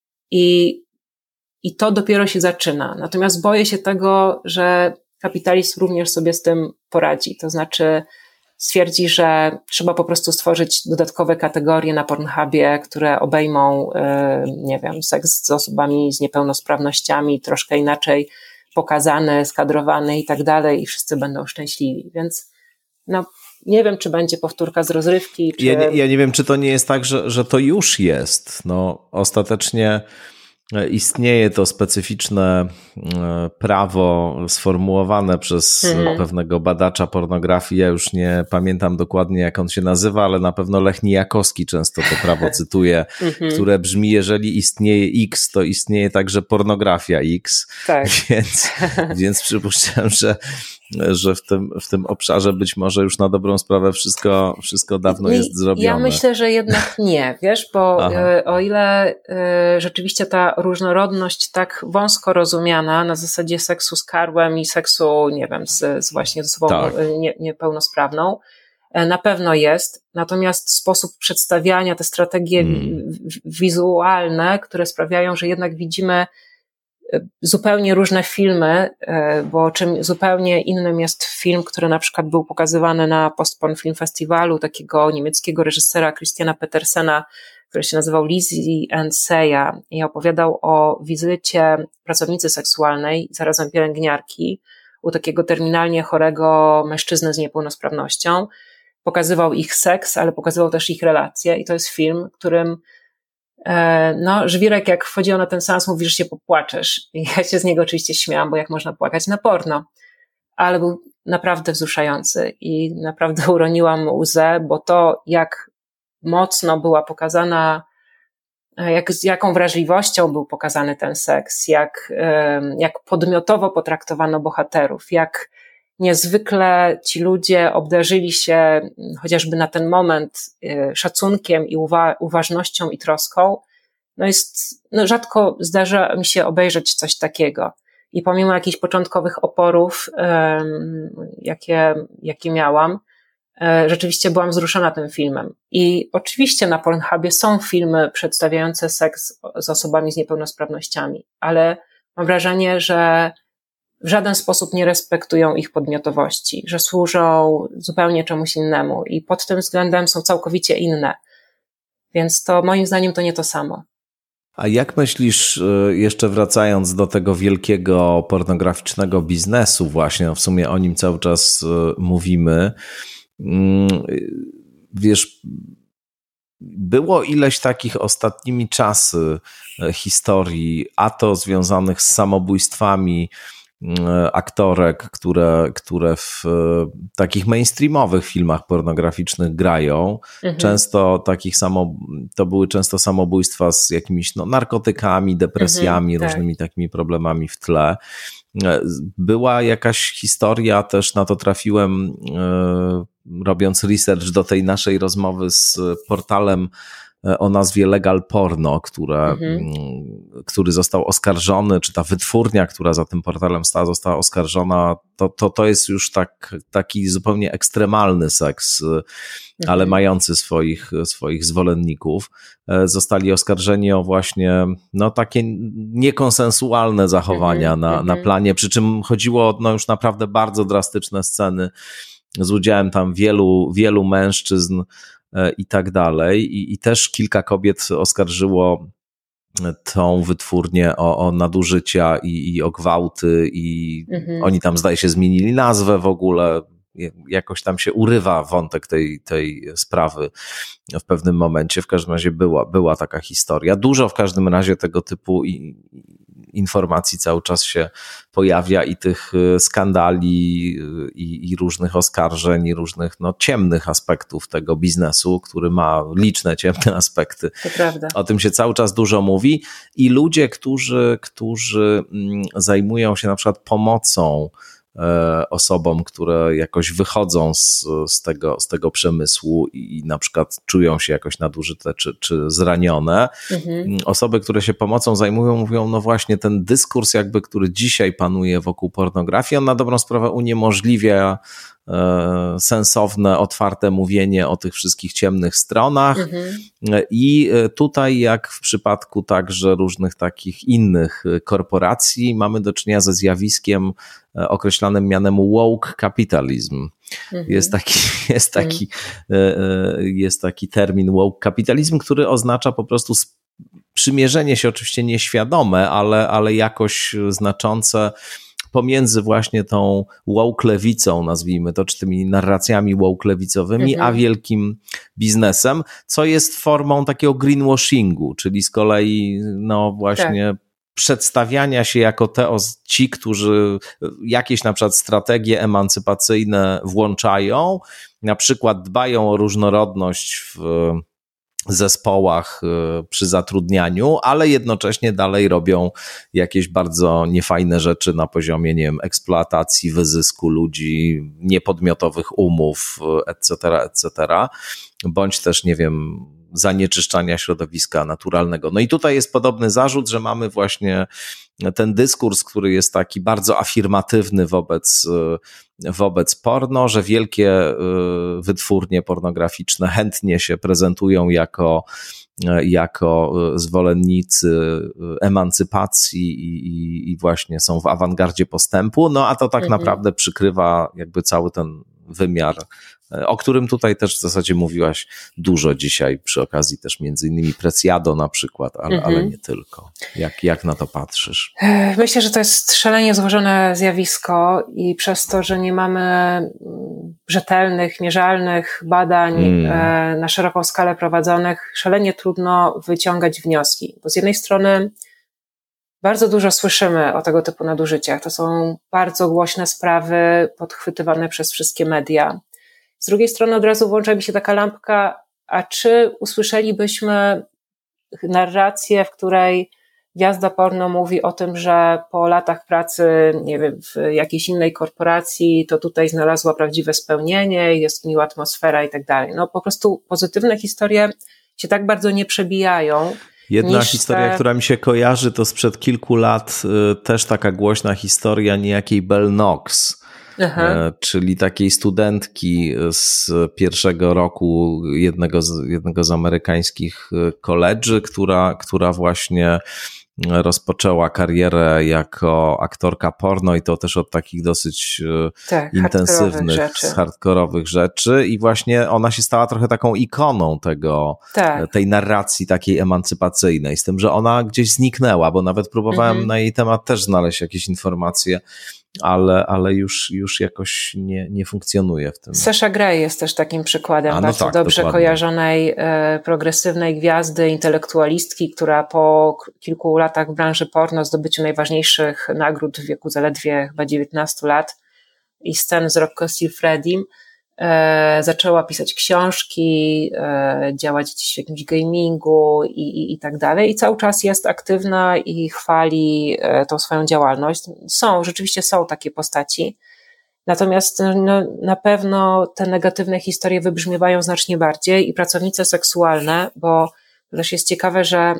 i to dopiero się zaczyna. Natomiast boję się tego, że kapitalizm również sobie z tym poradzi. To znaczy stwierdzi, że trzeba po prostu stworzyć dodatkowe kategorie na Pornhubie, które obejmą, seks z osobami z niepełnosprawnościami, troszkę inaczej pokazane, skadrowane i tak dalej i wszyscy będą szczęśliwi. Więc nie wiem, czy będzie powtórka z rozrywki. Czy... Ja nie wiem, czy to nie jest tak, że to już jest. Ostatecznie istnieje to specyficzne prawo sformułowane przez pewnego badacza pornografii. Ja już nie pamiętam dokładnie, jak on się nazywa, ale na pewno Lech Nijakowski często to prawo cytuje, które brzmi: jeżeli istnieje X, to istnieje także pornografia X. Tak. Więc przypuszczam, że w tym obszarze być może już na dobrą sprawę wszystko dawno jest zrobione. Ja myślę, że jednak nie, wiesz, bo o ile rzeczywiście ta różnorodność tak wąsko rozumiana na zasadzie seksu z karłem i seksu, z właśnie z osobą niepełnosprawną, na pewno jest, natomiast sposób przedstawiania, te strategie wizualne, które sprawiają, że jednak widzimy zupełnie różne filmy, bo czym zupełnie innym jest film, który na przykład był pokazywany na Postporn Film Festiwalu, takiego niemieckiego reżysera Christiana Petersena, który się nazywał Lizzie and Seja i opowiadał o wizycie pracownicy seksualnej, zarazem pielęgniarki, u takiego terminalnie chorego mężczyzny z niepełnosprawnością. Pokazywał ich seks, ale pokazywał też ich relacje i to jest film, którym No, Żwirek, jak wchodził na ten seans, mówi, że się popłaczesz. I ja się z niego oczywiście śmiałam, bo jak można płakać na porno. Ale był naprawdę wzruszający i naprawdę uroniłam łzę, bo to, jak mocno była pokazana, z jaką wrażliwością był pokazany ten seks, jak podmiotowo potraktowano bohaterów, jak niezwykle ci ludzie obdarzyli się chociażby na ten moment szacunkiem i uważnością i troską, rzadko zdarza mi się obejrzeć coś takiego. I pomimo jakichś początkowych oporów, jakie miałam, rzeczywiście byłam wzruszona tym filmem. I oczywiście na Pornhubie są filmy przedstawiające seks z osobami z niepełnosprawnościami, ale mam wrażenie, że w żaden sposób nie respektują ich podmiotowości, że służą zupełnie czemuś innemu i pod tym względem są całkowicie inne. Więc to moim zdaniem to nie to samo. A jak myślisz, jeszcze wracając do tego wielkiego pornograficznego biznesu właśnie, no w sumie o nim cały czas mówimy, wiesz, było ileś takich ostatnimi czasy historii, a to związanych z samobójstwami aktorek, które w takich mainstreamowych filmach pornograficznych grają. Często to były często samobójstwa z jakimiś narkotykami, depresjami, różnymi takimi problemami w tle. Była jakaś historia, też na to trafiłem, robiąc research do tej naszej rozmowy z portalem o nazwie Legal Porno, który został oskarżony, czy ta wytwórnia, która za tym portalem stała, została oskarżona, to jest już taki zupełnie ekstremalny seks, ale mający swoich zwolenników. Zostali oskarżeni o właśnie takie niekonsensualne zachowania na planie, przy czym chodziło o już naprawdę bardzo drastyczne sceny z udziałem tam wielu mężczyzn i tak dalej. I też kilka kobiet oskarżyło tą wytwórnię o nadużycia i o gwałty i oni tam zdaje się zmienili nazwę w ogóle. Jakoś tam się urywa wątek tej sprawy w pewnym momencie. W każdym razie była taka historia. Dużo w każdym razie tego typu informacji cały czas się pojawia i tych skandali i różnych oskarżeń i różnych ciemnych aspektów tego biznesu, który ma liczne ciemne aspekty. To prawda. O tym się cały czas dużo mówi i ludzie, którzy zajmują się na przykład pomocą osobom, które jakoś wychodzą z tego przemysłu i na przykład czują się jakoś nadużyte czy zranione. Osoby, które się pomocą zajmują, mówią, właśnie ten dyskurs który dzisiaj panuje wokół pornografii, on na dobrą sprawę uniemożliwia sensowne, otwarte mówienie o tych wszystkich ciemnych stronach i tutaj, jak w przypadku także różnych takich innych korporacji, mamy do czynienia ze zjawiskiem określanym mianem woke capitalism. Jest taki termin woke capitalism, który oznacza po prostu przymierzenie się, oczywiście nieświadome, ale jakoś znaczące pomiędzy właśnie tą woke lewicą, nazwijmy to, czy tymi narracjami woke lewicowymi, a wielkim biznesem, co jest formą takiego greenwashingu, czyli z kolei właśnie przedstawiania się jako ci, którzy jakieś na przykład strategie emancypacyjne włączają, na przykład dbają o różnorodność w zespołach przy zatrudnianiu, ale jednocześnie dalej robią jakieś bardzo niefajne rzeczy na poziomie, nie wiem, eksploatacji, wyzysku ludzi, niepodmiotowych umów, etc., bądź też, nie wiem, zanieczyszczania środowiska naturalnego. No i tutaj jest podobny zarzut, że mamy właśnie ten dyskurs, który jest taki bardzo afirmatywny wobec porno, że wielkie wytwórnie pornograficzne chętnie się prezentują jako zwolennicy emancypacji i właśnie są w awangardzie postępu, a to tak naprawdę przykrywa jakby cały ten wymiar o którym tutaj też w zasadzie mówiłaś dużo dzisiaj, przy okazji też między innymi Preciado na przykład, ale nie tylko. Jak na to patrzysz? Myślę, że to jest szalenie złożone zjawisko i przez to, że nie mamy rzetelnych, mierzalnych badań na szeroką skalę prowadzonych, szalenie trudno wyciągać wnioski. Bo z jednej strony bardzo dużo słyszymy o tego typu nadużyciach. To są bardzo głośne sprawy podchwytywane przez wszystkie media. Z drugiej strony od razu włącza mi się taka lampka, a czy usłyszelibyśmy narrację, w której gwiazda porno mówi o tym, że po latach pracy, nie wiem, w jakiejś innej korporacji, to tutaj znalazła prawdziwe spełnienie, jest miła atmosfera i tak dalej. No po prostu pozytywne historie się tak bardzo nie przebijają. Jedna historia, która mi się kojarzy, to sprzed kilku lat też taka głośna historia niejakiej Bell Knox, czyli takiej studentki z pierwszego roku jednego z amerykańskich college'y, która właśnie rozpoczęła karierę jako aktorka porno i to też od takich dosyć intensywnych, hardkorowych rzeczy i właśnie ona się stała trochę taką ikoną tej narracji takiej emancypacyjnej, z tym, że ona gdzieś zniknęła, bo nawet próbowałem na jej temat też znaleźć jakieś informacje, ale już jakoś nie funkcjonuje w tym. Sasha Grey jest też takim przykładem bardzo dobrze dokładnie kojarzonej, progresywnej gwiazdy, intelektualistki, która po kilku latach w branży porno, zdobyciu najważniejszych nagród w wieku zaledwie chyba 19 lat i scen z Rocco Siffredim, zaczęła pisać książki, działać w jakimś gamingu i tak dalej i cały czas jest aktywna i chwali tą swoją działalność. Rzeczywiście są takie postaci, natomiast na pewno te negatywne historie wybrzmiewają znacznie bardziej i pracownice seksualne, bo też jest ciekawe, że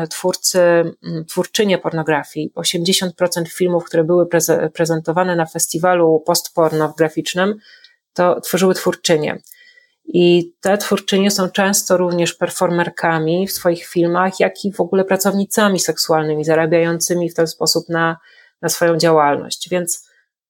twórczynie pornografii, 80% filmów, które były prezentowane na festiwalu postpornograficznym, to tworzyły twórczynie. I te twórczynie są często również performerkami w swoich filmach, jak i w ogóle pracownicami seksualnymi, zarabiającymi w ten sposób na swoją działalność. Więc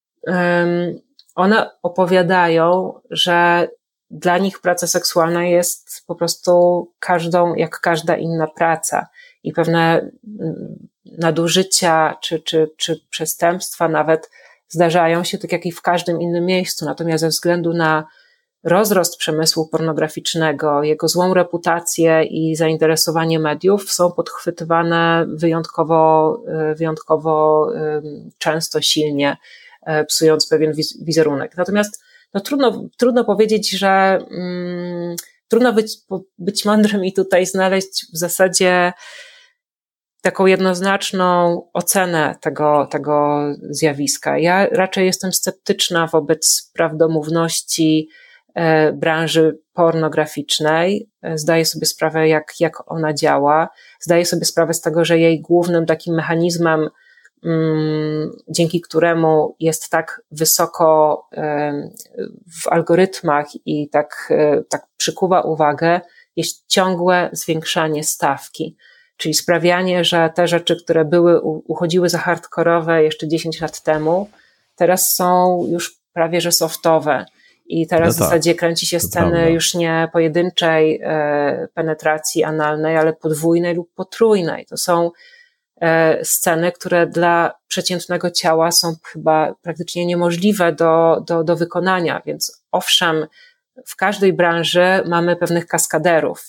one opowiadają, że dla nich praca seksualna jest po prostu jak każda inna praca i pewne nadużycia czy przestępstwa nawet zdarzają się tak jak i w każdym innym miejscu, natomiast ze względu na rozrost przemysłu pornograficznego, jego złą reputację i zainteresowanie mediów są podchwytywane wyjątkowo często, silnie, psując pewien wizerunek. Natomiast trudno powiedzieć, że trudno być mądrym i tutaj znaleźć w zasadzie taką jednoznaczną ocenę tego zjawiska. Ja raczej jestem sceptyczna wobec prawdomówności branży pornograficznej. Zdaję sobie sprawę, jak ona działa. Zdaję sobie sprawę z tego, że jej głównym takim mechanizmem, dzięki któremu jest tak wysoko w algorytmach i tak przykuwa uwagę, jest ciągłe zwiększanie stawki. Czyli sprawianie, że te rzeczy, które uchodziły za hardkorowe jeszcze 10 lat temu, teraz są już prawie że softowe. I teraz w zasadzie kręci się sceny już nie pojedynczej penetracji analnej, ale podwójnej lub potrójnej. To są sceny, które dla przeciętnego ciała są chyba praktycznie niemożliwe do wykonania. Więc owszem, w każdej branży mamy pewnych kaskaderów,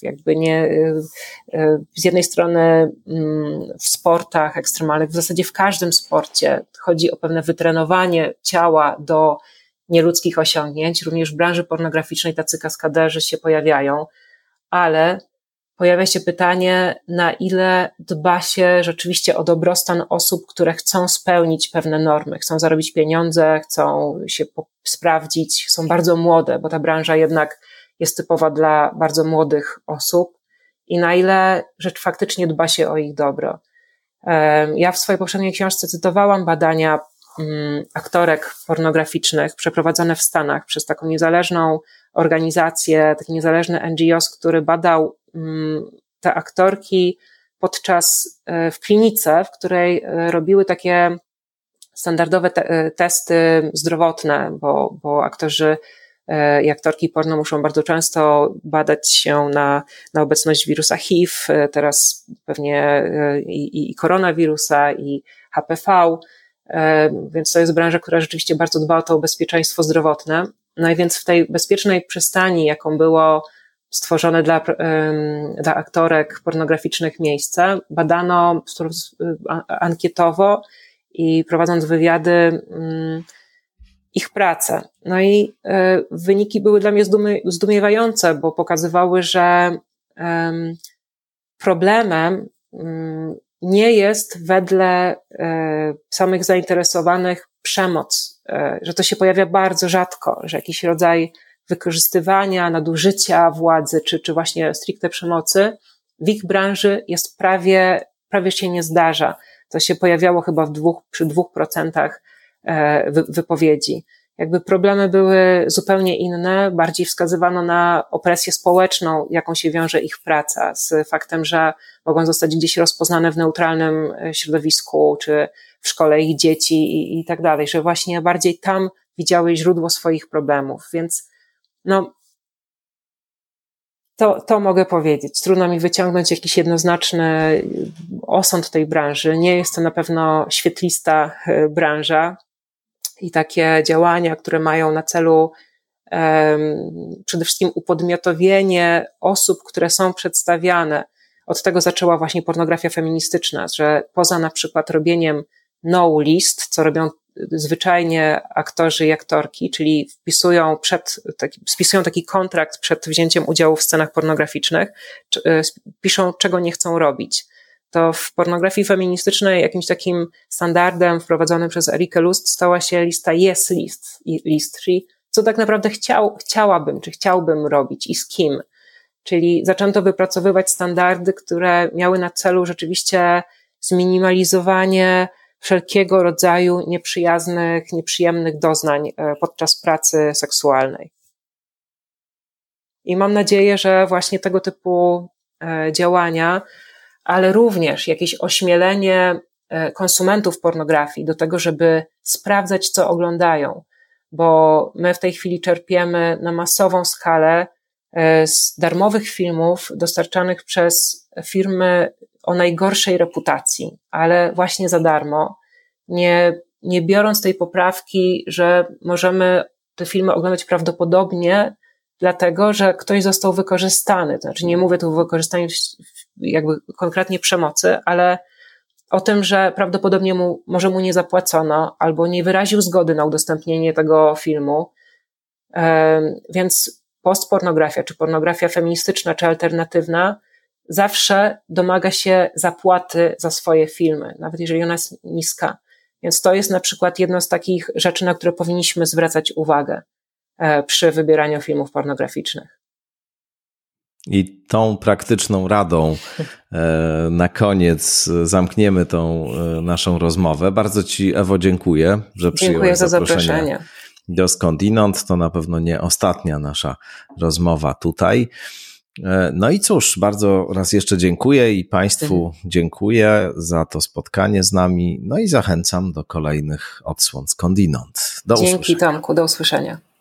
z jednej strony w sportach ekstremalnych, w zasadzie w każdym sporcie chodzi o pewne wytrenowanie ciała do nieludzkich osiągnięć, również w branży pornograficznej tacy kaskaderzy się pojawiają, ale pojawia się pytanie, na ile dba się rzeczywiście o dobrostan osób, które chcą spełnić pewne normy, chcą zarobić pieniądze, chcą się sprawdzić, są bardzo młode, bo ta branża jednak jest typowa dla bardzo młodych osób i na ile rzecz faktycznie dba się o ich dobro. Ja w swojej poprzedniej książce cytowałam badania aktorek pornograficznych przeprowadzone w Stanach przez taką niezależną organizację, taki niezależny NGOs, który badał te aktorki w klinice, w której robiły takie standardowe testy zdrowotne, bo aktorzy i aktorki porno muszą bardzo często badać się na obecność wirusa HIV, teraz pewnie i koronawirusa, i HPV, więc to jest branża, która rzeczywiście bardzo dba o to bezpieczeństwo zdrowotne. No i więc w tej bezpiecznej przystani, jaką było stworzone dla aktorek pornograficznych miejsce, badano ankietowo i prowadząc wywiady ich pracę. No i wyniki były dla mnie zdumiewające, bo pokazywały, że problemem nie jest wedle samych zainteresowanych przemoc, że to się pojawia bardzo rzadko, że jakiś rodzaj wykorzystywania, nadużycia władzy, czy właśnie stricte przemocy w ich branży jest prawie się nie zdarza. To się pojawiało chyba przy 2% wypowiedzi. Jakby problemy były zupełnie inne, bardziej wskazywano na opresję społeczną, jaką się wiąże ich praca, z faktem, że mogą zostać gdzieś rozpoznane w neutralnym środowisku, czy w szkole ich dzieci i tak dalej, że właśnie bardziej tam widziały źródło swoich problemów, więc no, to mogę powiedzieć. Trudno mi wyciągnąć jakiś jednoznaczny osąd tej branży. Nie jest to na pewno świetlista branża i takie działania, które mają na celu przede wszystkim upodmiotowienie osób, które są przedstawiane. Od tego zaczęła właśnie pornografia feministyczna, że poza na przykład robieniem no list, co robią zwyczajnie aktorzy i aktorki, czyli spisują taki kontrakt przed wzięciem udziału w scenach pornograficznych, piszą, czego nie chcą robić. To w pornografii feministycznej jakimś takim standardem wprowadzonym przez Erikę Lust stała się lista yes list, czyli co tak naprawdę chciałabym, czy chciałbym robić i z kim. Czyli zaczęto wypracowywać standardy, które miały na celu rzeczywiście zminimalizowanie wszelkiego rodzaju nieprzyjemnych doznań podczas pracy seksualnej. I mam nadzieję, że właśnie tego typu działania, ale również jakieś ośmielenie konsumentów pornografii do tego, żeby sprawdzać, co oglądają, bo my w tej chwili czerpiemy na masową skalę z darmowych filmów dostarczanych przez firmy o najgorszej reputacji, ale właśnie za darmo, nie biorąc tej poprawki, że możemy te filmy oglądać prawdopodobnie dlatego, że ktoś został wykorzystany. To znaczy nie mówię tu o wykorzystaniu jakby konkretnie przemocy, ale o tym, że prawdopodobnie może mu nie zapłacono albo nie wyraził zgody na udostępnienie tego filmu. Więc postpornografia, czy pornografia feministyczna, czy alternatywna zawsze domaga się zapłaty za swoje filmy, nawet jeżeli ona jest niska. Więc to jest na przykład jedno z takich rzeczy, na które powinniśmy zwracać uwagę przy wybieraniu filmów pornograficznych. I tą praktyczną radą na koniec zamkniemy tą naszą rozmowę. Bardzo Ci, Ewo, dziękuję, że przyjęłaś zaproszenie do Skądinąd. To na pewno nie ostatnia nasza rozmowa tutaj. No i cóż, bardzo raz jeszcze dziękuję i Państwu dziękuję za to spotkanie z nami. No i zachęcam do kolejnych odsłon Skądinąd. Do usłyszenia. Dzięki, Tomku, do usłyszenia.